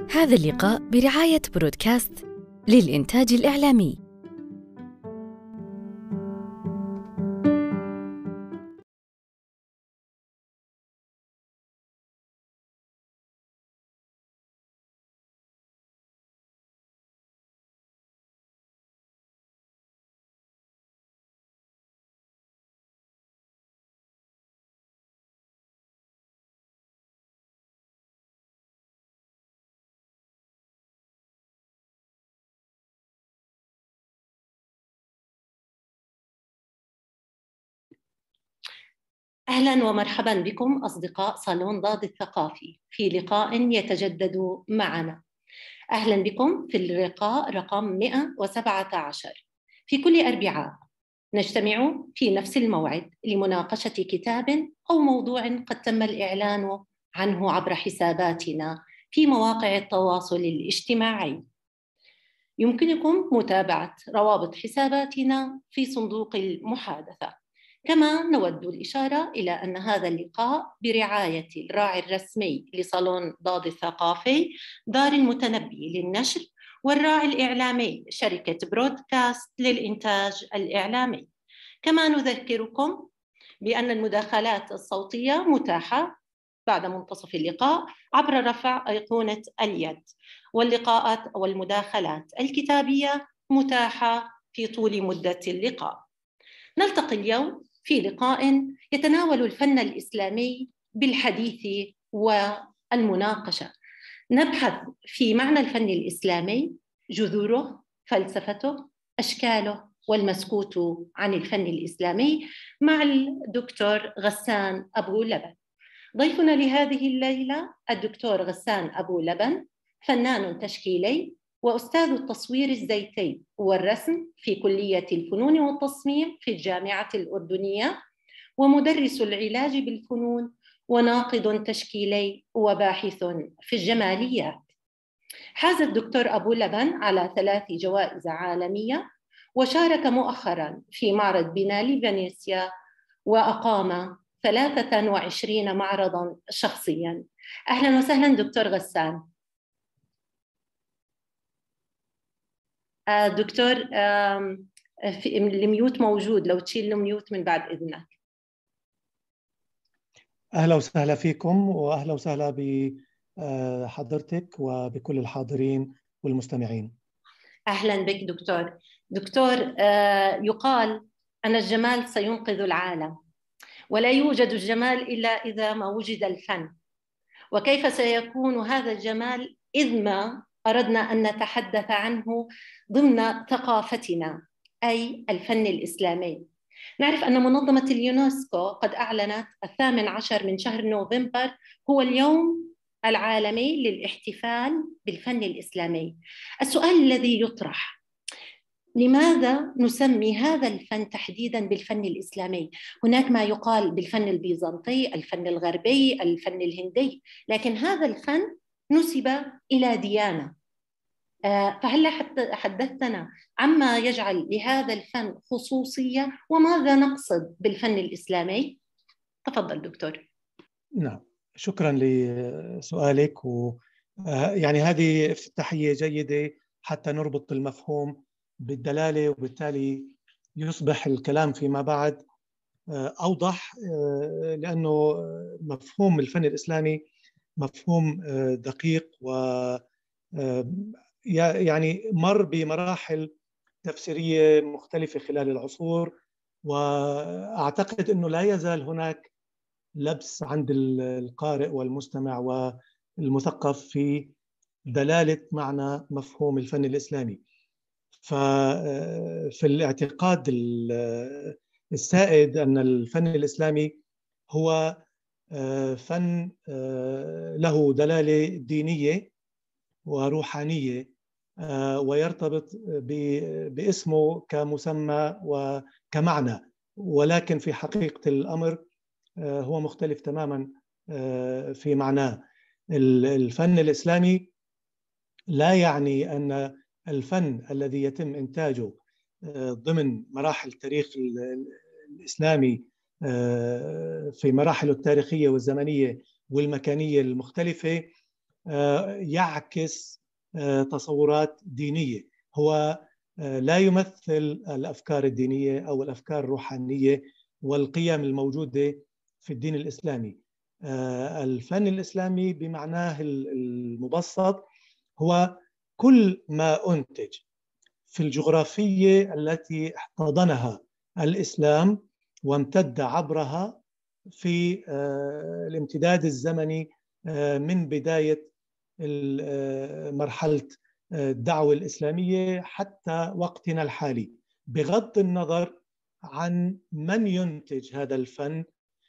هذا اللقاء برعاية برودكاست للإنتاج الإعلامي. أهلاً ومرحباً بكم أصدقاء صالون ضاد الثقافي في لقاء يتجدد معنا. أهلاً بكم في اللقاء رقم 117 في كل أربعاء. نجتمع في نفس الموعد لمناقشة كتاب أو موضوع قد تم الإعلان عنه عبر حساباتنا في مواقع التواصل الاجتماعي. يمكنكم متابعة روابط حساباتنا في صندوق المحادثة. كما نود الإشارة إلى أن هذا اللقاء برعاية الراعي الرسمي لصالون ضاد الثقافي دار المتنبي للنشر، والراعي الإعلامي شركة برودكاست للإنتاج الإعلامي. كما نذكركم بأن المداخلات الصوتية متاحة بعد منتصف اللقاء عبر رفع أيقونة اليد، واللقاءات والمداخلات الكتابية متاحة في طول مدة اللقاء. نلتقي اليوم في لقاء يتناول الفن الإسلامي بالحديث والمناقشة. نبحث في معنى الفن الإسلامي، جذوره، فلسفته، أشكاله، والمسكوت عن الفن الإسلامي مع الدكتور غسان أبو لبن. ضيفنا لهذه الليلة الدكتور غسان أبو لبن، فنان تشكيلي وأستاذ التصوير الزيتي والرسم في كلية الفنون والتصميم في الجامعة الأردنية، ومدرس العلاج بالفنون، وناقد تشكيلي وباحث في الجماليات. حاز الدكتور أبو لبن على 3 جوائز عالمية، وشارك مؤخراً في معرض بينالي فينيسيا، وأقام 23 معرضاً شخصياً. أهلاً وسهلاً دكتور غسان. دكتور، الميوت موجود، لو تشيل الميوت من بعد إذنك. أهلا وسهلا فيكم، وأهلا وسهلا بحضرتك وبكل الحاضرين والمستمعين. أهلا بك دكتور. دكتور، يقال أن الجمال سينقذ العالم، ولا يوجد الجمال إلا إذا ما وجد الفن. وكيف سيكون هذا الجمال إذ ما أردنا أن نتحدث عنه ضمن ثقافتنا، أي الفن الإسلامي؟ نعرف أن منظمة اليونسكو قد أعلنت 18 من شهر نوفمبر هو اليوم العالمي للاحتفال بالفن الإسلامي. السؤال الذي يطرح: لماذا نسمي هذا الفن تحديداً بالفن الإسلامي؟ هناك ما يقال بالفن البيزنطي، الفن الغربي، الفن الهندي، لكن هذا الفن نسب إلى ديانة. فهل حدثتنا عما يجعل لهذا الفن خصوصية، وماذا نقصد بالفن الإسلامي؟ تفضل دكتور. نعم، شكرا لسؤالك. يعني هذه افتتاحية جيدة حتى نربط المفهوم بالدلالة، وبالتالي يصبح الكلام فيما بعد أوضح، لأنه مفهوم الفن الإسلامي مفهوم دقيق، و يعني مر بمراحل تفسيرية مختلفة خلال العصور، وأعتقد أنه لا يزال هناك لبس عند القارئ والمستمع والمثقف في دلالة معنى مفهوم الفن الإسلامي. ففي الاعتقاد السائد أن الفن الإسلامي هو فن له دلالة دينية وروحانية، ويرتبط باسمه كمسمى وكمعنى، ولكن في حقيقة الأمر هو مختلف تماما في معناه. الفن الإسلامي لا يعني أن الفن الذي يتم إنتاجه ضمن مراحل التاريخ الإسلامي في مراحله التاريخية والزمنية والمكانية المختلفة يعكس تصورات دينية. هو لا يمثل الأفكار الدينية أو الأفكار الروحانية والقيم الموجودة في الدين الإسلامي. الفن الإسلامي بمعناه المبسط هو كل ما أنتج في الجغرافية التي احتضنها الإسلام وامتد عبرها في الامتداد الزمني من بداية مرحلة الدعوة الإسلامية حتى وقتنا الحالي، بغض النظر عن من ينتج هذا الفن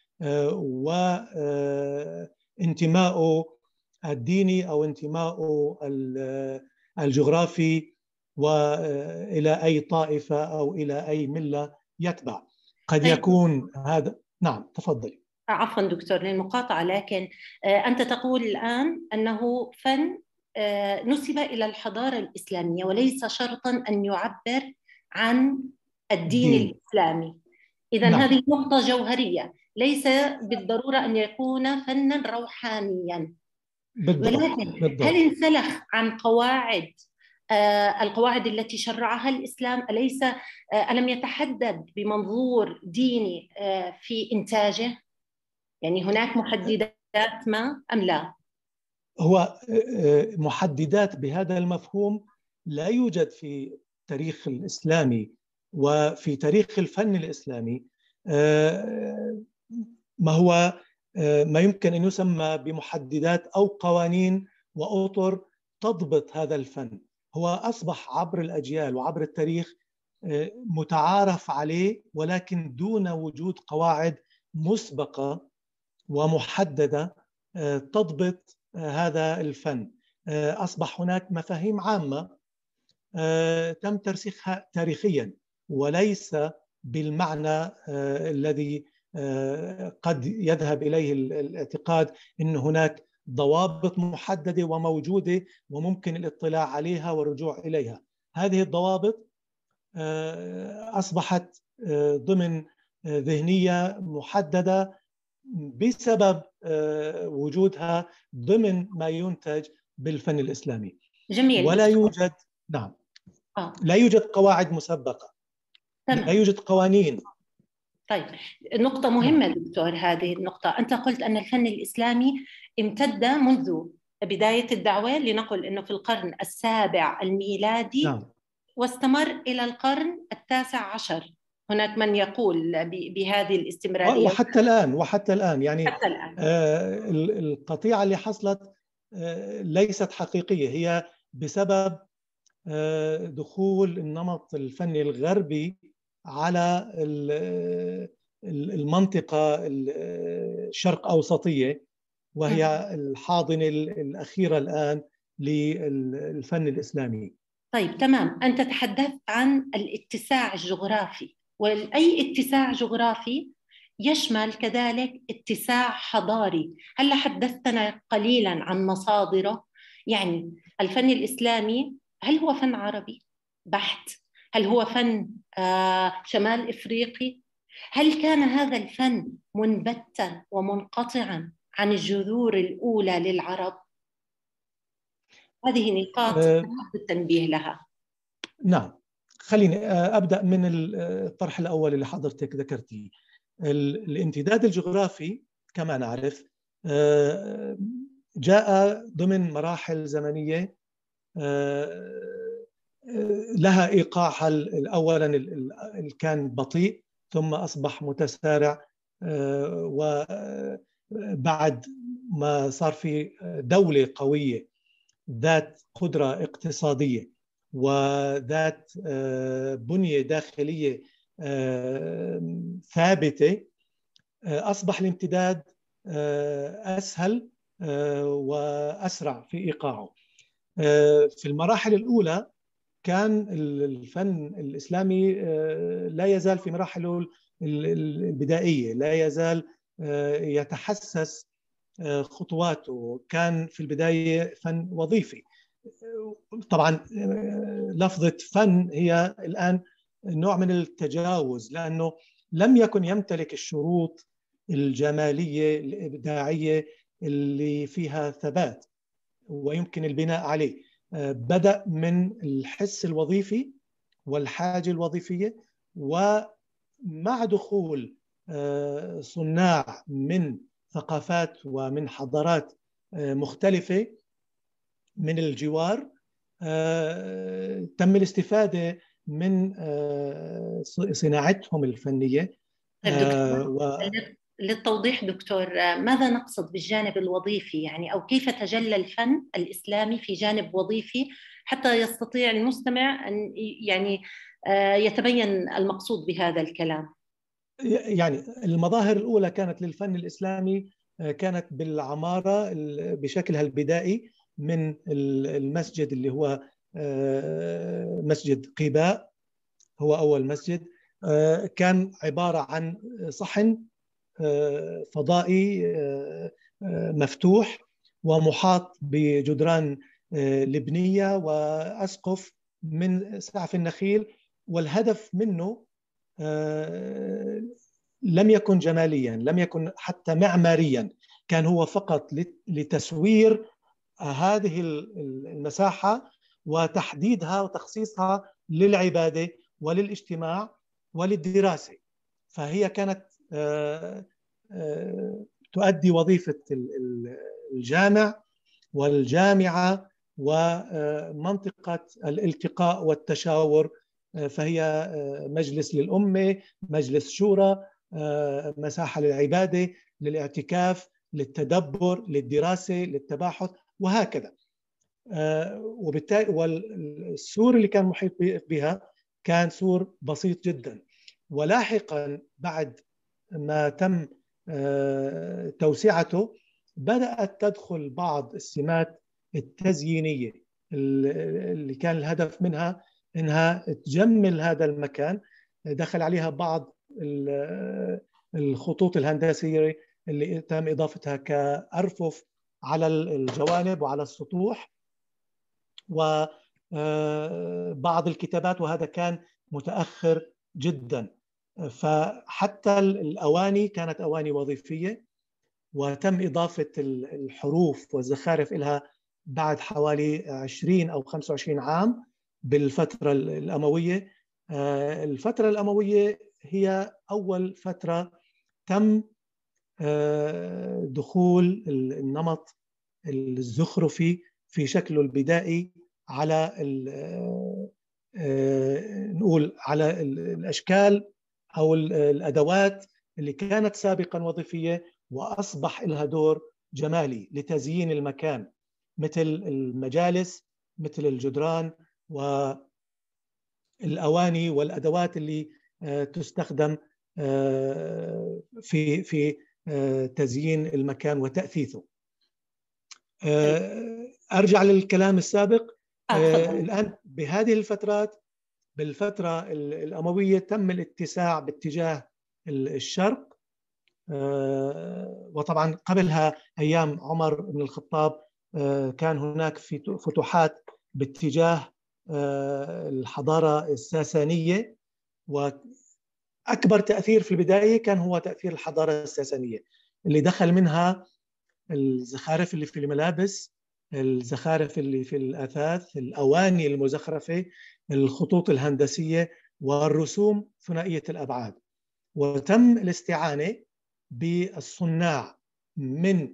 وانتمائه الديني أو انتمائه الجغرافي وإلى أي طائفة أو إلى أي ملة يتبع. قد يكون هذا. نعم تفضل. عفوا دكتور للمقاطعة، لكن أنت تقول الآن أنه فن نسب إلى الحضارة الإسلامية وليس شرطا أن يعبر عن الدين الإسلامي. إذن نعم. هذه نقطة جوهرية، ليس بالضرورة أن يكون فنا روحانيا. ولكن هل انسلخ عن قواعد القواعد التي شرعها الإسلام؟ ألم يتحدد بمنظور ديني في إنتاجه؟ يعني هناك محددات ما أم لا؟ هو محددات بهذا المفهوم لا يوجد في التاريخ الإسلامي وفي تاريخ الفن الإسلامي ما هو ما يمكن أن يسمى بمحددات أو قوانين وأطر تضبط هذا الفن. هو أصبح عبر الأجيال وعبر التاريخ متعارف عليه، ولكن دون وجود قواعد مسبقة ومحددة تضبط هذا الفن. أصبح هناك مفاهيم عامة تم ترسيخها تاريخيا وليس بالمعنى الذي قد يذهب إليه الاعتقاد أن هناك ضوابط محددة وموجودة وممكن الاطلاع عليها والرجوع إليها. هذه الضوابط أصبحت ضمن ذهنية محددة بسبب وجودها ضمن ما ينتج بالفن الإسلامي. جميل. ولا يوجد نعم لا يوجد قواعد مسبقة. تمام. لا يوجد قوانين. طيب، نقطة مهمة دكتور، هذه النقطة. أنت قلت أن الفن الإسلامي امتد منذ بداية الدعوة، لنقل أنه في القرن السابع الميلادي. نعم. واستمر إلى القرن التاسع عشر. هناك من يقول بهذه الاستمرارية وحتى الآن يعني حتى الآن. القطيعة اللي حصلت ليست حقيقية، هي بسبب دخول النمط الفني الغربي على المنطقة الشرق أوسطية، وهي الحاضنة الأخيرة الآن للفن الإسلامي. طيب تمام، أنت تحدثت عن الاتساع الجغرافي، وأي اتساع جغرافي يشمل كذلك اتساع حضاري. هل حدثتنا قليلا عن مصادره؟ يعني الفن الإسلامي هل هو فن عربي بحت؟ هل هو فن شمال إفريقي؟ هل كان هذا الفن منبتا ومنقطعا عن الجذور الأولى للعرب؟ هذه نقاط أحب التنبيه لها. نعم، خليني أبدأ من الطرح الأول اللي حضرتك ذكرتيه. الامتداد الجغرافي كما نعرف جاء ضمن مراحل زمنية لها إيقاعها أولا اللي كان بطيء ثم أصبح متسارع، وبعد ما صار في دولة قوية ذات قدرة اقتصادية وذات بنية داخلية ثابتة، أصبح الامتداد أسهل وأسرع في إيقاعه. في المراحل الأولى كان الفن الإسلامي لا يزال في مراحله البدائية، لا يزال يتحسس خطواته. كان في البداية فن وظيفي. طبعا لفظة فن هي الآن نوع من التجاوز، لأنه لم يكن يمتلك الشروط الجمالية الإبداعية اللي فيها ثبات. ويمكن البناء عليه. بدأ من الحس الوظيفي والحاجة الوظيفية، ومع دخول صناع من ثقافات ومن حضارات مختلفة من الجوار تم الاستفادة من صناعتهم الفنية. دكتور، للتوضيح دكتور، ماذا نقصد بالجانب الوظيفي يعني، أو كيف تجلى الفن الإسلامي في جانب وظيفي حتى يستطيع المستمع أن يعني يتبين المقصود بهذا الكلام؟ يعني المظاهر الأولى كانت للفن الإسلامي كانت بالعمارة بشكلها البدائي، من المسجد اللي هو مسجد قباء، هو أول مسجد، كان عبارة عن صحن فضائي مفتوح ومحاط بجدران لبنية وأسقف من سعف النخيل، والهدف منه لم يكن جماليا، لم يكن حتى معماريا، كان هو فقط لتسوير هذه المساحة وتحديدها وتخصيصها للعبادة وللاجتماع وللدراسة. فهي كانت تؤدي وظيفة الجامع والجامعة ومنطقة الالتقاء والتشاور، فهي مجلس للأمة، مجلس شورى، مساحة للعبادة، للاعتكاف، للتدبر، للدراسة، للتباحث، وهكذا. وبالتالي والسور اللي كان محيط بها كان سور بسيط جدا. ولاحقا بعد ما تم توسعته بدأت تدخل بعض السمات التزيينية اللي كان الهدف منها إنها تجمل هذا المكان. دخل عليها بعض الخطوط الهندسية اللي تم إضافتها كأرفف على الجوانب وعلى السطوح، وبعض الكتابات، وهذا كان متأخر جدا. فحتى الأواني كانت أواني وظيفية، وتم إضافة الحروف والزخارف إلها بعد حوالي 20 أو 25 عام بالفترة الأموية. الفترة الأموية هي أول فترة تم دخول النمط الزخرفي في شكله البدائي على نقول على الأشكال أو الأدوات اللي كانت سابقا وظيفية، وأصبح لها دور جمالي لتزيين المكان، مثل المجالس، مثل الجدران والأواني والأدوات اللي تستخدم في تزيين المكان وتأثيثه. أرجع للكلام السابق. الآن بهذه الفترات، بالفترة الأموية تم الاتساع باتجاه الشرق، وطبعا قبلها أيام عمر بن الخطاب كان هناك في فتوحات باتجاه الحضارة الساسانية، وأكبر تأثير في البداية كان هو تأثير الحضارة الساسانية اللي دخل منها الزخارف اللي في الملابس، الزخارف اللي في الأثاث، الأواني المزخرفة، الخطوط الهندسية، والرسوم ثنائية الأبعاد. وتم الاستعانة بالصناع من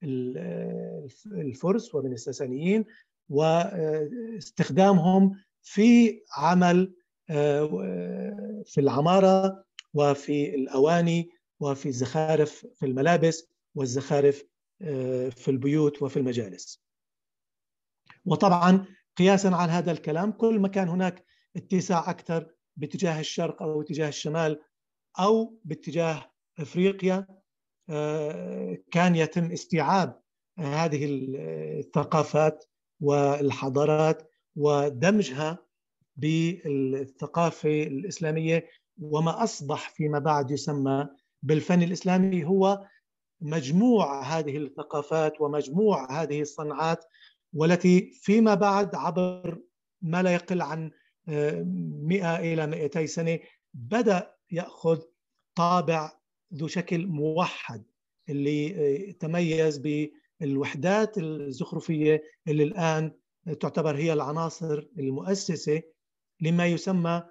الفرس ومن الساسانيين واستخدامهم في عمل في العمارة وفي الأواني وفي الزخارف في الملابس والزخارف في البيوت وفي المجالس. وطبعا قياسا على هذا الكلام، كل ما كان هناك اتساع أكثر باتجاه الشرق أو اتجاه الشمال أو باتجاه أفريقيا، كان يتم استيعاب هذه الثقافات والحضارات ودمجها بالثقافة الإسلامية. وما أصبح فيما بعد يسمى بالفن الإسلامي هو مجموع هذه الثقافات ومجموع هذه الصناعات، والتي فيما بعد عبر ما لا يقل عن 100 إلى 200 سنة بدأ يأخذ طابع ذو شكل موحد، اللي تميز الوحدات الزخرفية اللي الآن تعتبر هي العناصر المؤسسة لما يسمى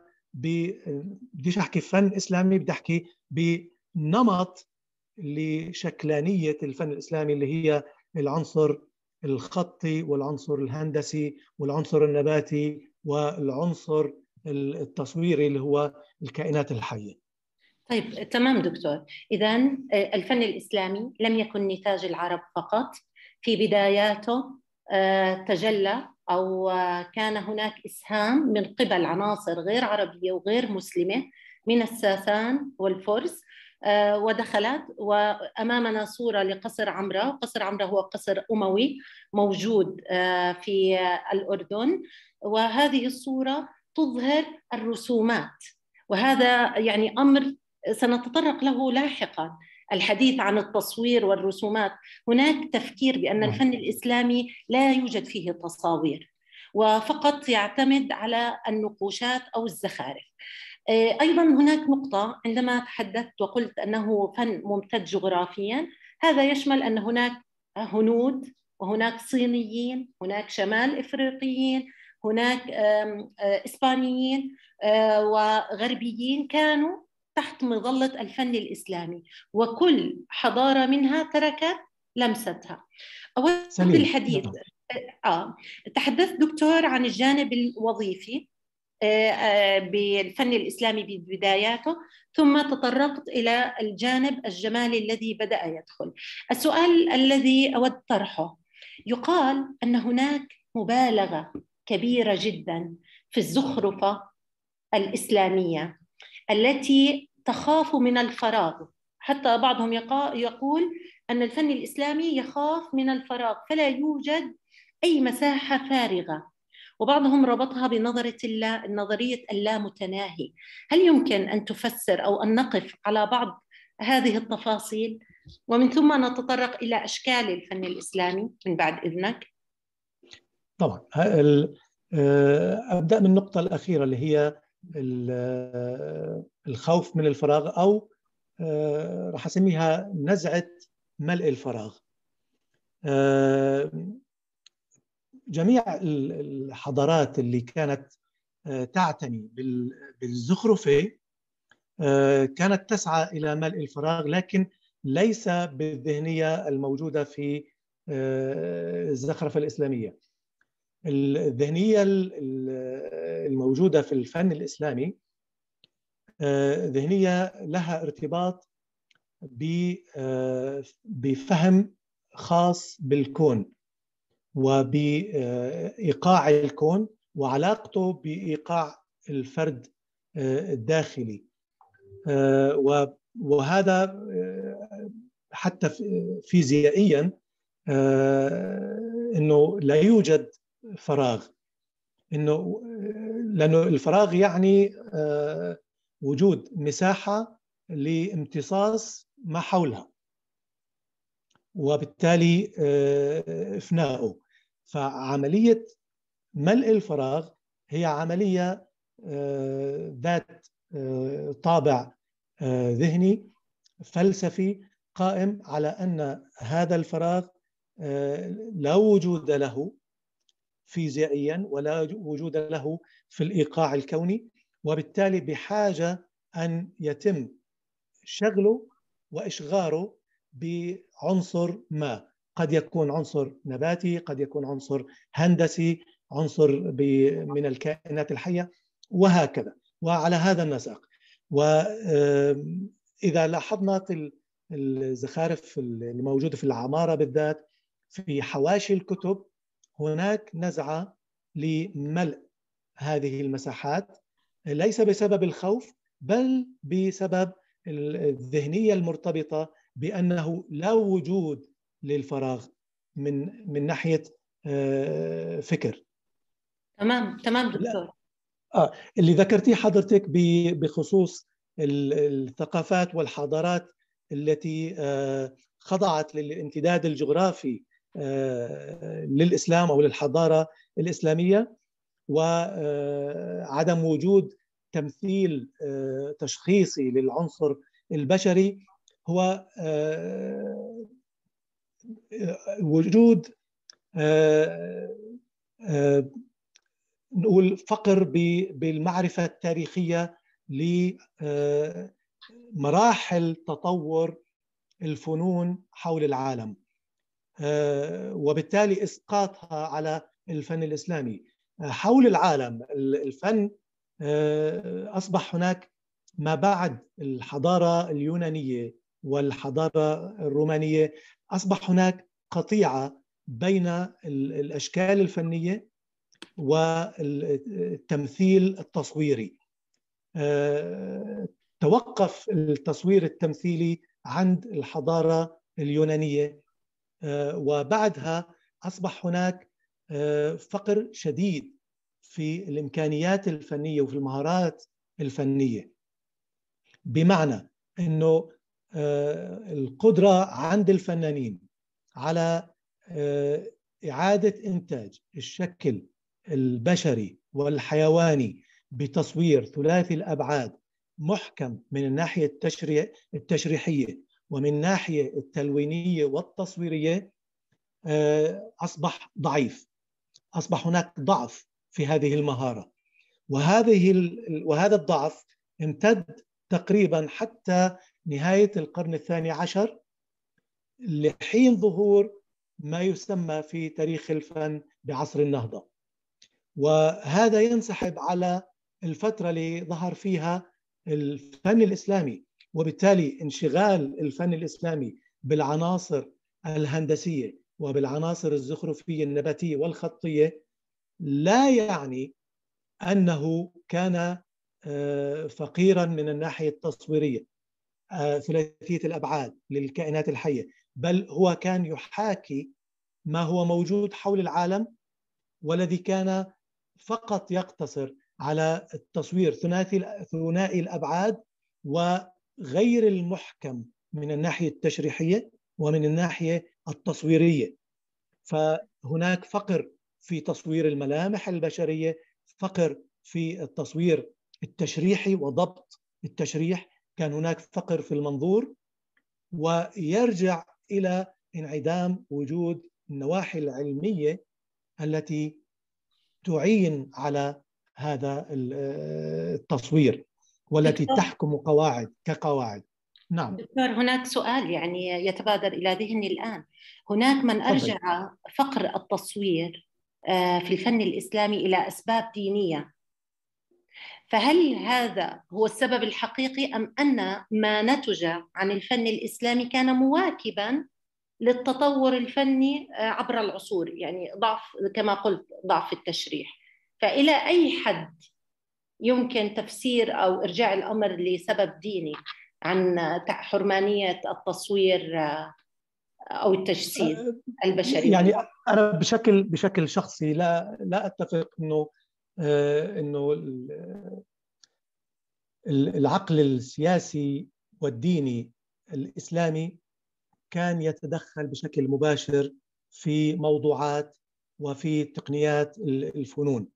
بديش أحكي فن إسلامي، بدي أحكي بنمط لشكلانية الفن الإسلامي اللي هي العنصر الخطي والعنصر الهندسي والعنصر النباتي والعنصر التصويري اللي هو الكائنات الحية. طيب تمام دكتور، إذا الفن الإسلامي لم يكن نتاج العرب فقط. في بداياته تجلى أو كان هناك إسهام من قبل عناصر غير عربية وغير مسلمة من الساسان والفرس، ودخلت. وأمامنا صورة لقصر عمرة. قصر عمرة هو قصر أموي موجود في الأردن، وهذه الصورة تظهر الرسومات، وهذا يعني أمر سنتطرق له لاحقا، الحديث عن التصوير والرسومات. هناك تفكير بأن الفن الإسلامي لا يوجد فيه تصاوير وفقط يعتمد على النقوشات أو الزخارف. أيضا هناك نقطة عندما تحدثت وقلت أنه فن ممتد جغرافيا، هذا يشمل أن هناك هنود وهناك صينيين، هناك شمال إفريقيين، هناك إسبانيين وغربيين كانوا تحت مظلة الفن الإسلامي، وكل حضارة منها تركت لمستها. أود الحديث تحدثت دكتور عن الجانب الوظيفي بالفن الإسلامي ببداياته، ثم تطرقت إلى الجانب الجمالي الذي بدأ يدخل. السؤال الذي أود طرحه، يقال أن هناك مبالغة كبيرة جدا في الزخرفة الإسلامية التي تخاف من الفراغ. حتى بعضهم يقول أن الفن الإسلامي يخاف من الفراغ، فلا يوجد أي مساحة فارغة، وبعضهم ربطها بنظرية اللامتناهي. هل يمكن أن تفسر أو أن نقف على بعض هذه التفاصيل، ومن ثم نتطرق إلى أشكال الفن الإسلامي من بعد إذنك؟ طبعا. أبدأ من النقطة الأخيرة اللي هي الخوف من الفراغ، أو راح أسميها نزعة ملء الفراغ. جميع الحضارات اللي كانت تعتني بالزخرفة كانت تسعى إلى ملء الفراغ، لكن ليس بالذهنية الموجودة في الزخرفة الإسلامية. الذهنية الموجودة في الفن الإسلامي ذهنية لها ارتباط بفهم خاص بالكون وبإيقاع الكون وعلاقته بإيقاع الفرد الداخلي. وهذا حتى فيزيائيا إنه لا يوجد فراغ، لأنه الفراغ يعني وجود مساحة لامتصاص ما حولها وبالتالي إفناؤه. فعملية ملء الفراغ هي عملية ذات طابع ذهني فلسفي قائم على أن هذا الفراغ لا وجود له فيزيائيا ولا وجود له في الإيقاع الكوني، وبالتالي بحاجة أن يتم شغله وإشغاره بعنصر ما، قد يكون عنصر نباتي، قد يكون عنصر هندسي، عنصر من الكائنات الحية، وهكذا وعلى هذا النسق. وإذا لاحظنا الزخارف الموجودة في العمارة بالذات في حواشي الكتب، هناك نزعة لملء هذه المساحات، ليس بسبب الخوف بل بسبب الذهنية المرتبطة بأنه لا وجود للفراغ من ناحية فكر. تمام دكتور. اللي ذكرتيه حضرتك بخصوص الثقافات والحضارات التي خضعت للامتداد الجغرافي للإسلام أو للحضارة الإسلامية، وعدم وجود تمثيل تشخيصي للعنصر البشري، هو وجود نقول فقر بالمعرفة التاريخية لمراحل تطور الفنون حول العالم، وبالتالي إسقاطها على الفن الإسلامي حول العالم. الفن أصبح هناك ما بعد الحضارة اليونانية والحضارة الرومانية، أصبح هناك قطيعة بين الأشكال الفنية والتمثيل التصويري. توقف التصوير التمثيلي عند الحضارة اليونانية، وبعدها أصبح هناك فقر شديد في الإمكانيات الفنية وفي المهارات الفنية، بمعنى أنه القدرة عند الفنانين على إعادة إنتاج الشكل البشري والحيواني بتصوير ثلاثي الأبعاد محكم من الناحية التشريحية ومن الناحية التلوينية والتصويرية أصبح ضعيف. أصبح هناك ضعف في هذه المهارة، وهذا الضعف امتد تقريبا حتى نهاية القرن الثاني عشر، لحين ظهور ما يسمى في تاريخ الفن بعصر النهضة. وهذا ينسحب على الفترة اللي ظهر فيها الفن الإسلامي، وبالتالي انشغال الفن الإسلامي بالعناصر الهندسية وبالعناصر الزخرفية النباتية والخطية لا يعني أنه كان فقيرا من الناحية التصويرية ثلاثية الأبعاد للكائنات الحية، بل هو كان يحاكي ما هو موجود حول العالم، والذي كان فقط يقتصر على التصوير ثنائي الأبعاد وغير المحكم من الناحية التشريحية ومن الناحية التصويرية. فهناك فقر في تصوير الملامح البشرية، فقر في التصوير التشريحي وضبط التشريح، كان هناك فقر في المنظور، ويرجع إلى انعدام وجود النواحي العلمية التي تعين على هذا التصوير والتي تحكم كقواعد. نعم دكتور، هناك سؤال يعني يتبادر إلى ذهني الآن. هناك من أرجع فقر التصوير في الفن الإسلامي إلى أسباب دينية، فهل هذا هو السبب الحقيقي أم أن ما نتج عن الفن الإسلامي كان مواكباً للتطور الفني عبر العصور؟ يعني ضعف كما قلت، ضعف التشريح. فإلى أي حد يمكن تفسير أو إرجاع الأمر لسبب ديني عن حرمانية التصوير أو التجسيد البشري؟ يعني أنا بشكل شخصي لا أتفق إنه العقل السياسي والديني الإسلامي كان يتدخل بشكل مباشر في موضوعات وفي تقنيات الفنون،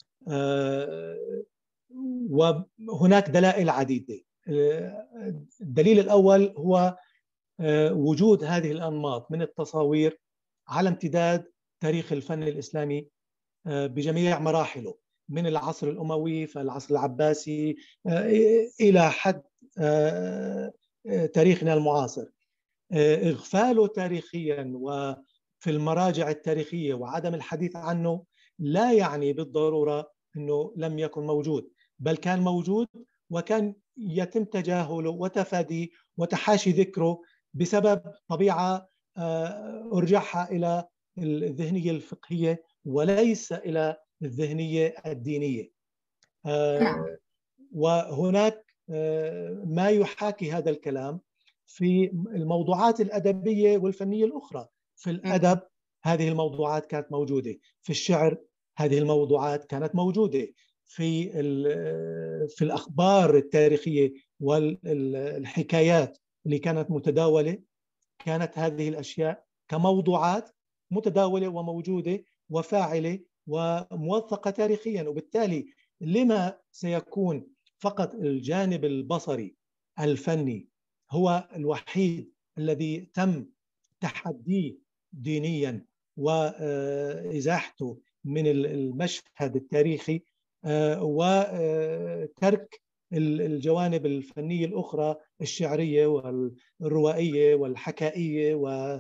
وهناك دلائل عديدة. الدليل الأول هو وجود هذه الأنماط من التصاوير على امتداد تاريخ الفن الإسلامي بجميع مراحله، من العصر الأموي فالعصر العباسي إلى حد تاريخنا المعاصر. إغفاله تاريخيا وفي المراجع التاريخية وعدم الحديث عنه لا يعني بالضرورة أنه لم يكن موجود، بل كان موجود وكان يتم تجاهله وتفاديه وتحاشي ذكره بسبب طبيعة أرجعها إلى الذهنية الفقهية وليس إلى الذهنية الدينية. وهناك ما يحاكي هذا الكلام في الموضوعات الأدبية والفنية الأخرى. في الأدب هذه الموضوعات كانت موجودة، في الشعر هذه الموضوعات كانت موجودة، في الأخبار التاريخية والحكايات اللي كانت متداولة، كانت هذه الأشياء كموضوعات متداولة وموجودة وفاعلة وموثقة تاريخيا. وبالتالي لما سيكون فقط الجانب البصري الفني هو الوحيد الذي تم تحديه دينيا وإزاحته من المشهد التاريخي، وترك الجوانب الفنية الأخرى الشعرية والروائية والحكائية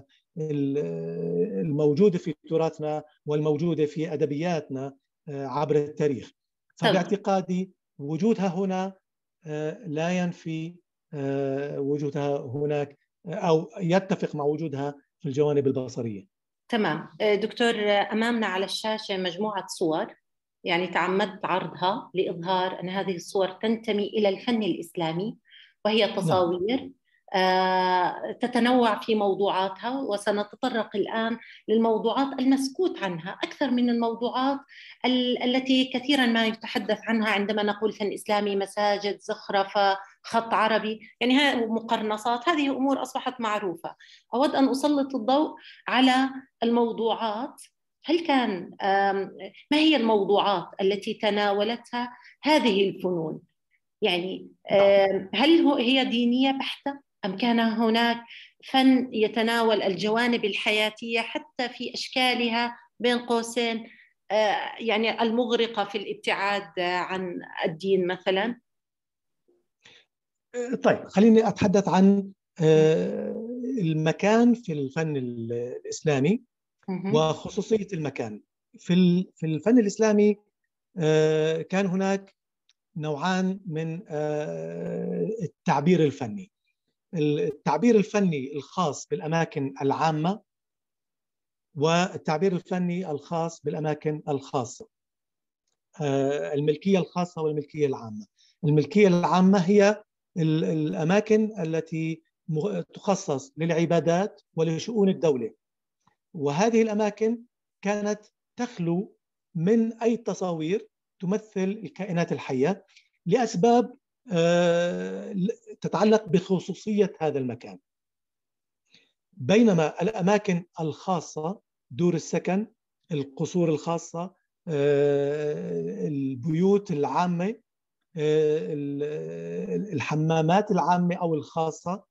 والموجودة في تراثنا والموجودة في أدبياتنا عبر التاريخ. فباعتقادي وجودها هنا لا ينفي وجودها هناك أو يتفق مع وجودها في الجوانب البصرية. تمام دكتور، أمامنا على الشاشة مجموعة صور، يعني تعمدت عرضها لإظهار أن هذه الصور تنتمي إلى الفن الإسلامي، وهي تصاوير تتنوع في موضوعاتها، وسنتطرق الآن للموضوعات المسكوت عنها أكثر من الموضوعات التي كثيرا ما يتحدث عنها عندما نقول فن إسلامي، مساجد، زخرفة، خط عربي، يعني هذه مقرنصات، هذه أمور أصبحت معروفة. أود أن أسلط الضوء على الموضوعات. هل كان ما هي الموضوعات التي تناولتها هذه الفنون؟ يعني هل هي دينية بحتة أم كان هناك فن يتناول الجوانب الحياتية حتى في أشكالها بين قوسين يعني المغرقة في الابتعاد عن الدين مثلا؟ طيب خليني أتحدث عن المكان في الفن الإسلامي وخصوصية المكان. في الفن الإسلامي كان هناك نوعان من التعبير الفني. التعبير الفني الخاص بالأماكن العامة والتعبير الفني الخاص بالأماكن الخاصة، الملكية الخاصة والملكية العامة. الملكية العامة هي الأماكن التي تخصص للعبادات ولشؤون الدولة، وهذه الأماكن كانت تخلو من أي تصاوير تمثل الكائنات الحية لأسباب تتعلق بخصوصية هذا المكان. بينما الأماكن الخاصة، دور السكن، القصور الخاصة، البيوت العامة، الحمامات العامة أو الخاصة،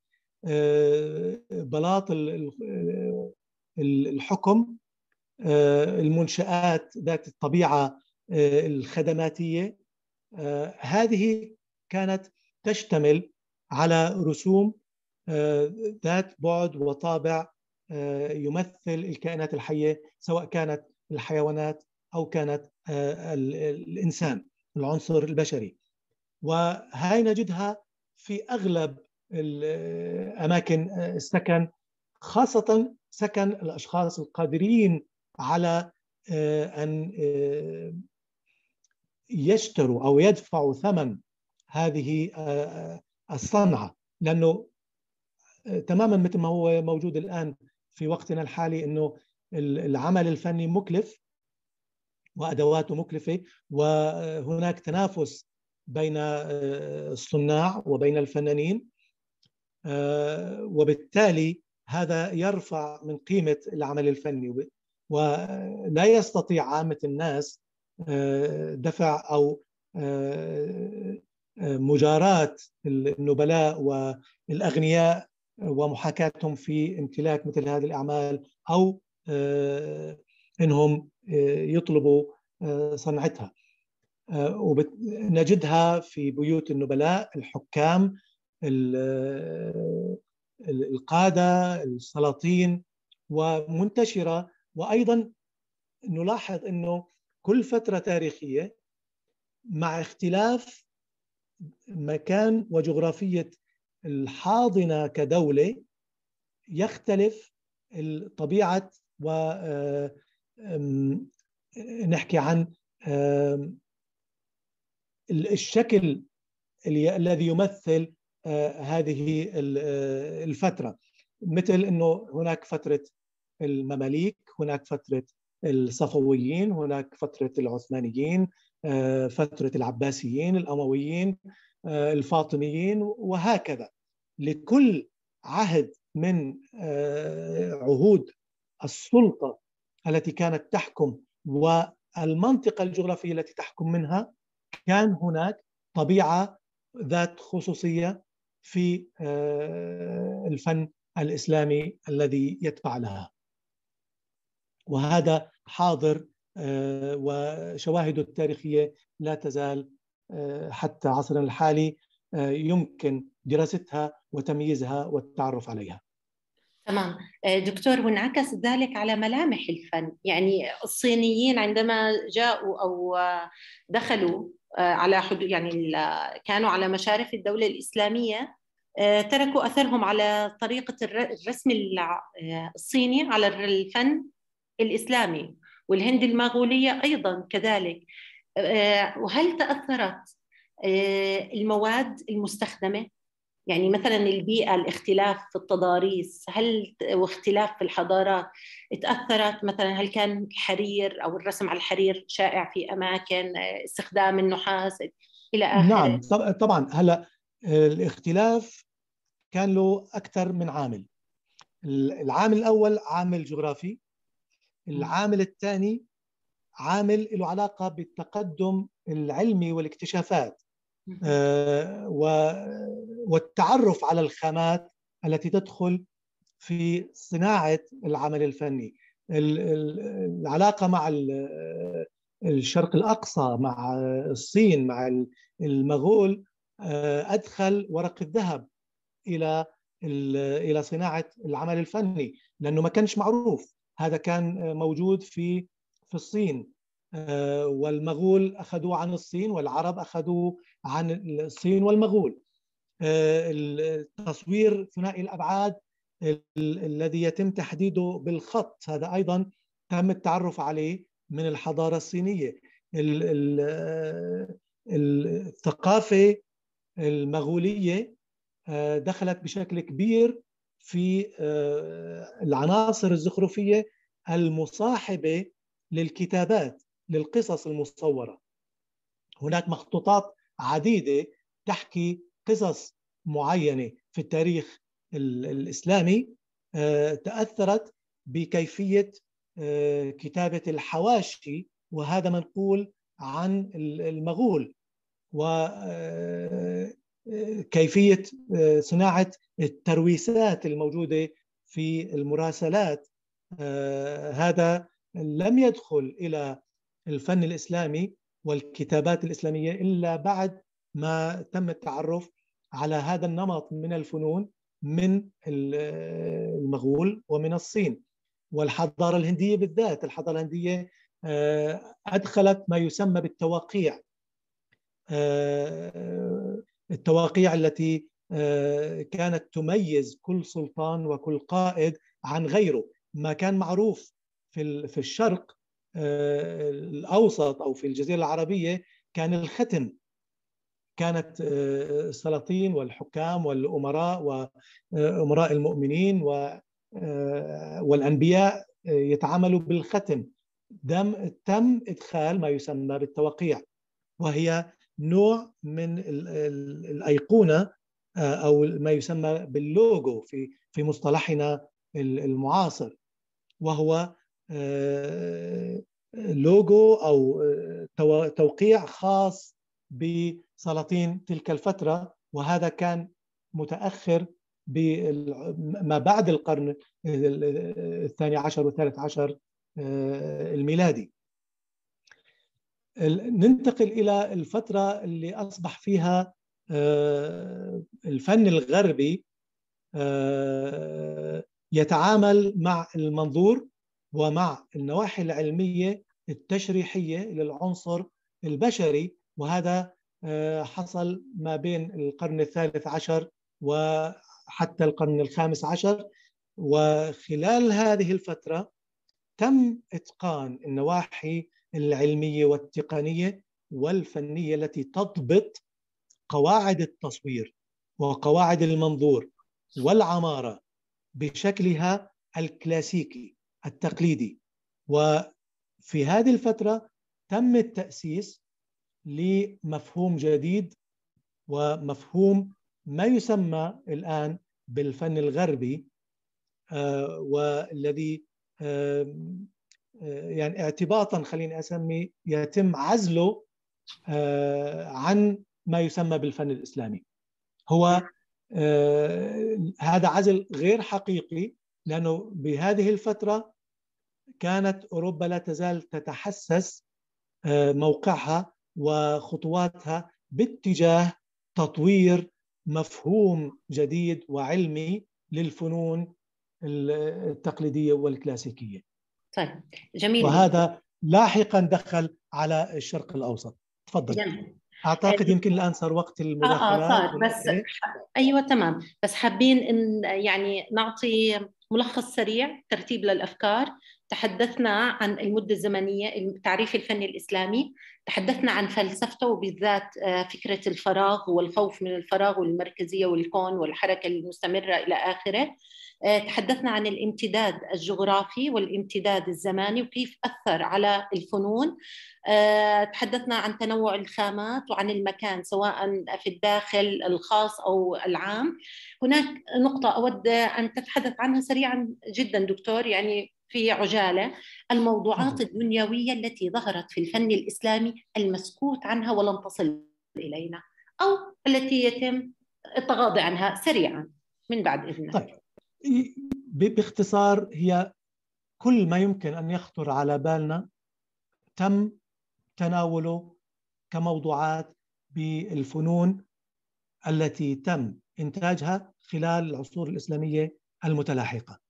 بلاط الحكم، المنشآت ذات الطبيعة الخدماتية، هذه كانت تشتمل على رسوم ذات بعد وطابع يمثل الكائنات الحية، سواء كانت الحيوانات أو كانت الإنسان، العنصر البشري. وهي نجدها في أغلب أماكن السكن، خاصة سكن الأشخاص القادرين على أن يشتروا أو يدفعوا ثمن هذه الصنعة، لأنه تماما مثل ما هو موجود الآن في وقتنا الحالي، أنه العمل الفني مكلف وأدواته مكلفة، وهناك تنافس بين الصناع وبين الفنانين، وبالتالي هذا يرفع من قيمة العمل الفني، ولا يستطيع عامة الناس دفع أو مجاراة النبلاء والأغنياء ومحاكاتهم في امتلاك مثل هذه الأعمال، أو إنهم يطلبوا صنعتها. ونجدها في بيوت النبلاء، الحكام، القادة، السلاطين، ومنتشرة. وأيضا نلاحظ أنه كل فترة تاريخية مع اختلاف مكان وجغرافية الحاضنة كدولة يختلف طبيعة ونحكي عن الشكل الذي يمثل هذه الفترة. مثل أنه هناك فترة المماليك، هناك فترة الصفويين، هناك فترة العثمانيين، فترة العباسيين، الأمويين، الفاطميين، وهكذا. لكل عهد من عهود السلطة التي كانت تحكم والمنطقة الجغرافية التي تحكم منها كان هناك طبيعة ذات خصوصية في الفن الإسلامي الذي يتبع لها. وهذا حاضر، وشواهده التاريخية لا تزال حتى عصرنا الحالي يمكن دراستها وتمييزها والتعرف عليها. تمام دكتور، وانعكس ذلك على ملامح الفن. يعني الصينيين عندما جاءوا أو دخلوا على حدود، يعني كانوا على مشارف الدولة الإسلامية، تركوا أثرهم على طريقة الرسم الصيني على الفن الإسلامي، والهند المغولية أيضا كذلك. وهل تأثرت المواد المستخدمة؟ يعني مثلا البيئة، الاختلاف في التضاريس، واختلاف في الحضارات تأثرت؟ مثلا هل كان الحرير أو الرسم على الحرير شائع في أماكن، استخدام النحاس إلى آخره؟ نعم طبعا. هلا الاختلاف كان له أكثر من عامل. العامل الأول عامل جغرافي، العامل الثاني عامل له علاقة بالتقدم العلمي والاكتشافات والتعرف على الخامات التي تدخل في صناعة العمل الفني. العلاقة مع الشرق الأقصى، مع الصين، مع المغول، أدخل ورق الذهب إلى صناعة العمل الفني، لأنه ما كانش معروف. هذا كان موجود في الصين، والمغول أخذوه عن الصين، والعرب أخذوه عن الصين والمغول. التصوير ثنائي الأبعاد الذي يتم تحديده بالخط، هذا أيضا تم التعرف عليه من الحضارة الصينية. الثقافة المغولية دخلت بشكل كبير في العناصر الزخرفية المصاحبة للكتابات، للقصص المصورة. هناك مخطوطات عديدة تحكي قصص معينة في التاريخ الإسلامي تأثرت بكيفية كتابة الحواشي، وهذا منقول عن المغول، وكيفية صناعة الترويسات الموجودة في المراسلات. هذا لم يدخل إلى الفن الإسلامي والكتابات الإسلامية إلا بعد ما تم التعرف على هذا النمط من الفنون من المغول ومن الصين. والحضارة الهندية بالذات، الحضارة الهندية أدخلت ما يسمى بالتواقيع، التواقيع التي كانت تميز كل سلطان وكل قائد عن غيره. ما كان معروف في الشرق الأوسط أو في الجزيرة العربية كان الختم. كانت السلاطين والحكام والأمراء وأمراء المؤمنين والأنبياء يتعاملوا بالختم. تم إدخال ما يسمى بالتوقيع، وهي نوع من الأيقونة أو ما يسمى باللوجو في مصطلحنا المعاصر، وهو لوجو أو توقيع خاص بسلاطين تلك الفترة. وهذا كان متأخر ما بعد القرن الثاني عشر والثالث عشر الميلادي. ننتقل إلى الفترة اللي أصبح فيها الفن الغربي يتعامل مع المنظور ومع النواحي العلمية التشريحية للعنصر البشري. وهذا حصل ما بين القرن الثالث عشر وحتى القرن الخامس عشر. وخلال هذه الفترة تم إتقان النواحي العلمية والتقنية والفنية التي تضبط قواعد التصوير وقواعد المنظور والعمارة بشكلها الكلاسيكي التقليدي. وفي هذه الفترة تم التأسيس لمفهوم جديد، ومفهوم ما يسمى الآن بالفن الغربي، والذي يعني اعتباطا خليني أسمي يتم عزله عن ما يسمى بالفن الإسلامي. هو هذا عزل غير حقيقي، لأنه بهذه الفترة كانت أوروبا لا تزال تتحسس موقعها وخطواتها باتجاه تطوير مفهوم جديد وعلمي للفنون التقليدية والكلاسيكية. طيب جميل. وهذا لاحقا دخل على الشرق الأوسط. تفضل. جميل. أعتقد يمكن الآن صار وقت المداخلات. صار، بس أيوة تمام، بس حابين إن يعني نعطي ملخص سريع ترتيب للأفكار. تحدثنا عن المدة الزمنية، التعريف الفني الإسلامي، تحدثنا عن فلسفته وبالذات فكرة الفراغ والخوف من الفراغ والمركزية والكون والحركة المستمرة إلى آخره. تحدثنا عن الامتداد الجغرافي والامتداد الزماني وكيف أثر على الفنون. تحدثنا عن تنوع الخامات وعن المكان سواء في الداخل الخاص أو العام. هناك نقطة أود أن تتحدث عنها سريعا جدا دكتور، يعني في عجالة، الموضوعات الدنيوية التي ظهرت في الفن الإسلامي المسكوت عنها ولم تصل إلينا، أو التي يتم التغاضي عنها سريعا من بعد إذنك. طيب باختصار، هي كل ما يمكن أن يخطر على بالنا تم تناوله كموضوعات بالفنون التي تم إنتاجها خلال العصور الإسلامية المتلاحقة.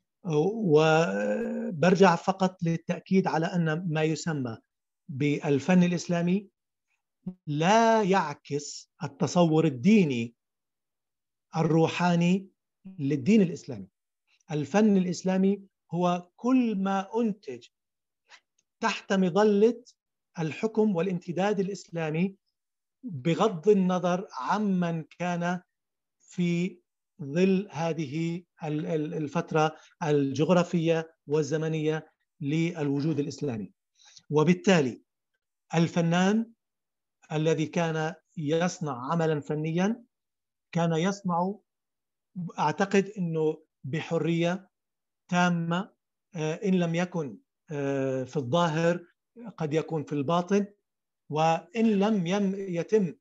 وبرجع فقط للتأكيد على أن ما يسمى بالفن الإسلامي لا يعكس التصور الديني الروحاني للدين الإسلامي. الفن الإسلامي هو كل ما أنتج تحت مظلة الحكم والامتداد الإسلامي، بغض النظر عمن كان في ظل هذه الفترة الجغرافية والزمنية للوجود الإسلامي. وبالتالي الفنان الذي كان يصنع عملا فنيا كان يصنع، أعتقد أنه بحرية تامة، إن لم يكن في الظاهر قد يكون في الباطن، وإن لم يتم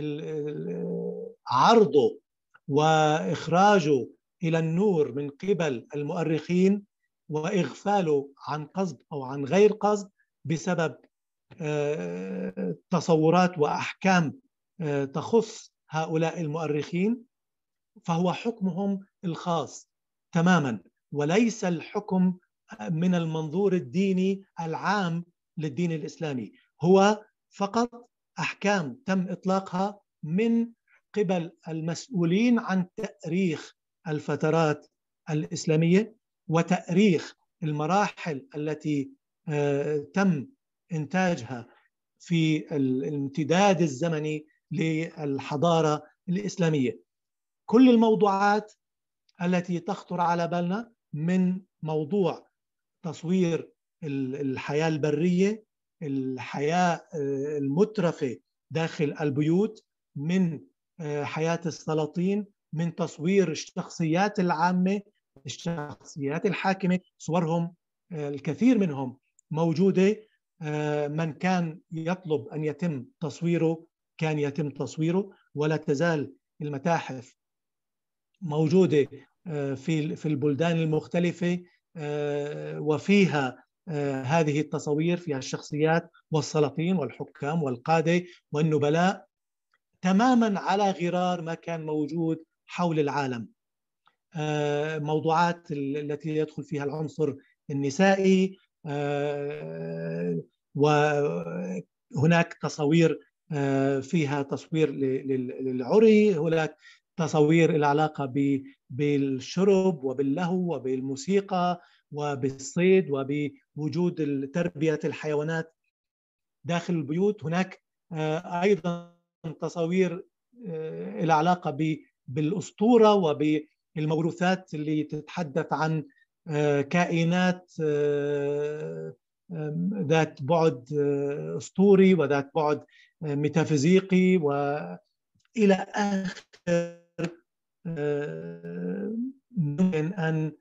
عرضه وإخراجه إلى النور من قبل المؤرخين وإغفاله عن قصد أو عن غير قصد بسبب تصورات وأحكام تخص هؤلاء المؤرخين، فهو حكمهم الخاص تماما، وليس الحكم من المنظور الديني العام للدين الإسلامي. هو فقط أحكام تم إطلاقها من قبل المسؤولين عن تأريخ الفترات الإسلامية وتأريخ المراحل التي تم إنتاجها في الامتداد الزمني للحضارة الإسلامية. كل الموضوعات التي تخطر على بالنا، من موضوع تصوير الحياة البرية، الحياة المترفة داخل البيوت، من حياة السلاطين، من تصوير الشخصيات العامة، الشخصيات الحاكمة، صورهم الكثير منهم موجودة. من كان يطلب أن يتم تصويره كان يتم تصويره، ولا تزال المتاحف موجودة في البلدان المختلفة، وفيها هذه التصوير، فيها الشخصيات والسلاطين والحكام والقادة والنبلاء تماما على غرار ما كان موجود حول العالم. موضوعات التي يدخل فيها العنصر النسائي، وهناك تصوير فيها تصوير للعري، هناك تصوير العلاقة بالشرب وباللهو وبالموسيقى وبالصيد وبوجود تربية الحيوانات داخل البيوت. هناك أيضا تصوير العلاقة بالأسطورة وبالموروثات اللي تتحدث عن كائنات ذات بعد أسطوري وذات بعد ميتافيزيقي وإلى آخر ممكن أن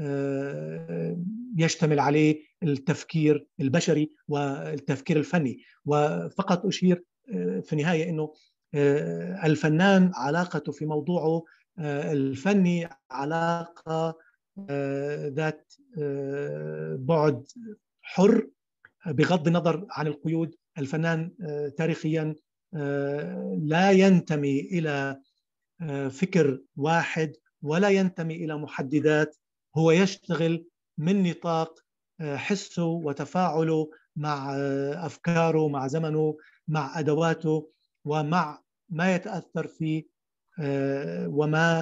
يشتمل عليه التفكير البشري والتفكير الفني. وفقط أشير في النهاية أنه الفنان علاقته في موضوعه الفني علاقة ذات بعد حر بغض النظر عن القيود. الفنان تاريخيا لا ينتمي إلى فكر واحد ولا ينتمي إلى محددات، هو يشتغل من نطاق حسه وتفاعله مع أفكاره، مع زمنه، مع أدواته، ومع ما يتأثر فيه وما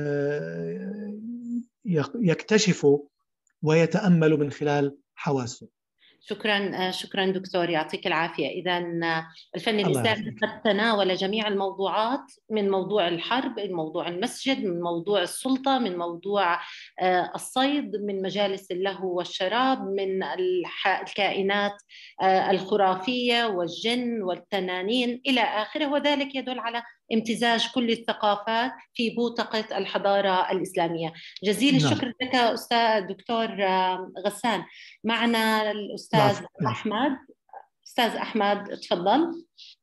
يكتشفه ويتأمل من خلال حواسه. شكرا دكتور، يعطيك العافية. إذا الفن الإسلامي قد تناول جميع الموضوعات، من موضوع الحرب، من موضوع المسجد، من موضوع السلطة، من موضوع الصيد، من مجالس اللهو والشراب، من الكائنات الخرافية والجن والتنانين إلى آخره، وذلك يدل على امتزاج كل الثقافات في بوتقة الحضارة الإسلامية. جزيل الشكر لك أستاذ دكتور غسان. معنا الأستاذ أحمد. أستاذ أحمد تفضل.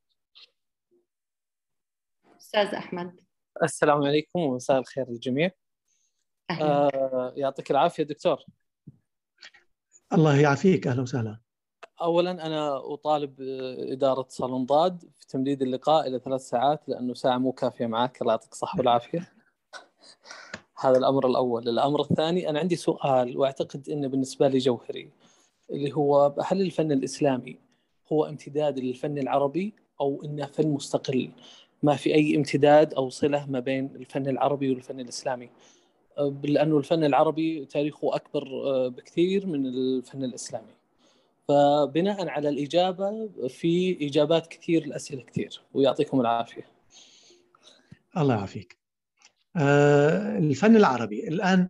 أستاذ أحمد. السلام عليكم ومساء الخير للجميع. يعطيك العافية دكتور. الله يعافيك، أهلا وسهلا. أولا أنا أطالب إدارة صالون ضاد في تمديد اللقاء إلى 3 ساعات، لأنه ساعة مو كافية معك. الله يعطيك الصحة والعافية. هذا الأمر الأول. الأمر الثاني، أنا عندي سؤال وأعتقد أنه بالنسبة لي جوهري، اللي هو هل الفن الإسلامي هو امتداد للفن العربي أو إنه فن مستقل ما في أي امتداد أو صلة ما بين الفن العربي والفن الإسلامي؟ لأنه الفن العربي تاريخه أكبر بكثير من الفن الإسلامي. فبناء على الإجابة في إجابات كثير لأسئلة كثير، ويعطيكم العافية. الله يعافيك. الفن العربي الآن،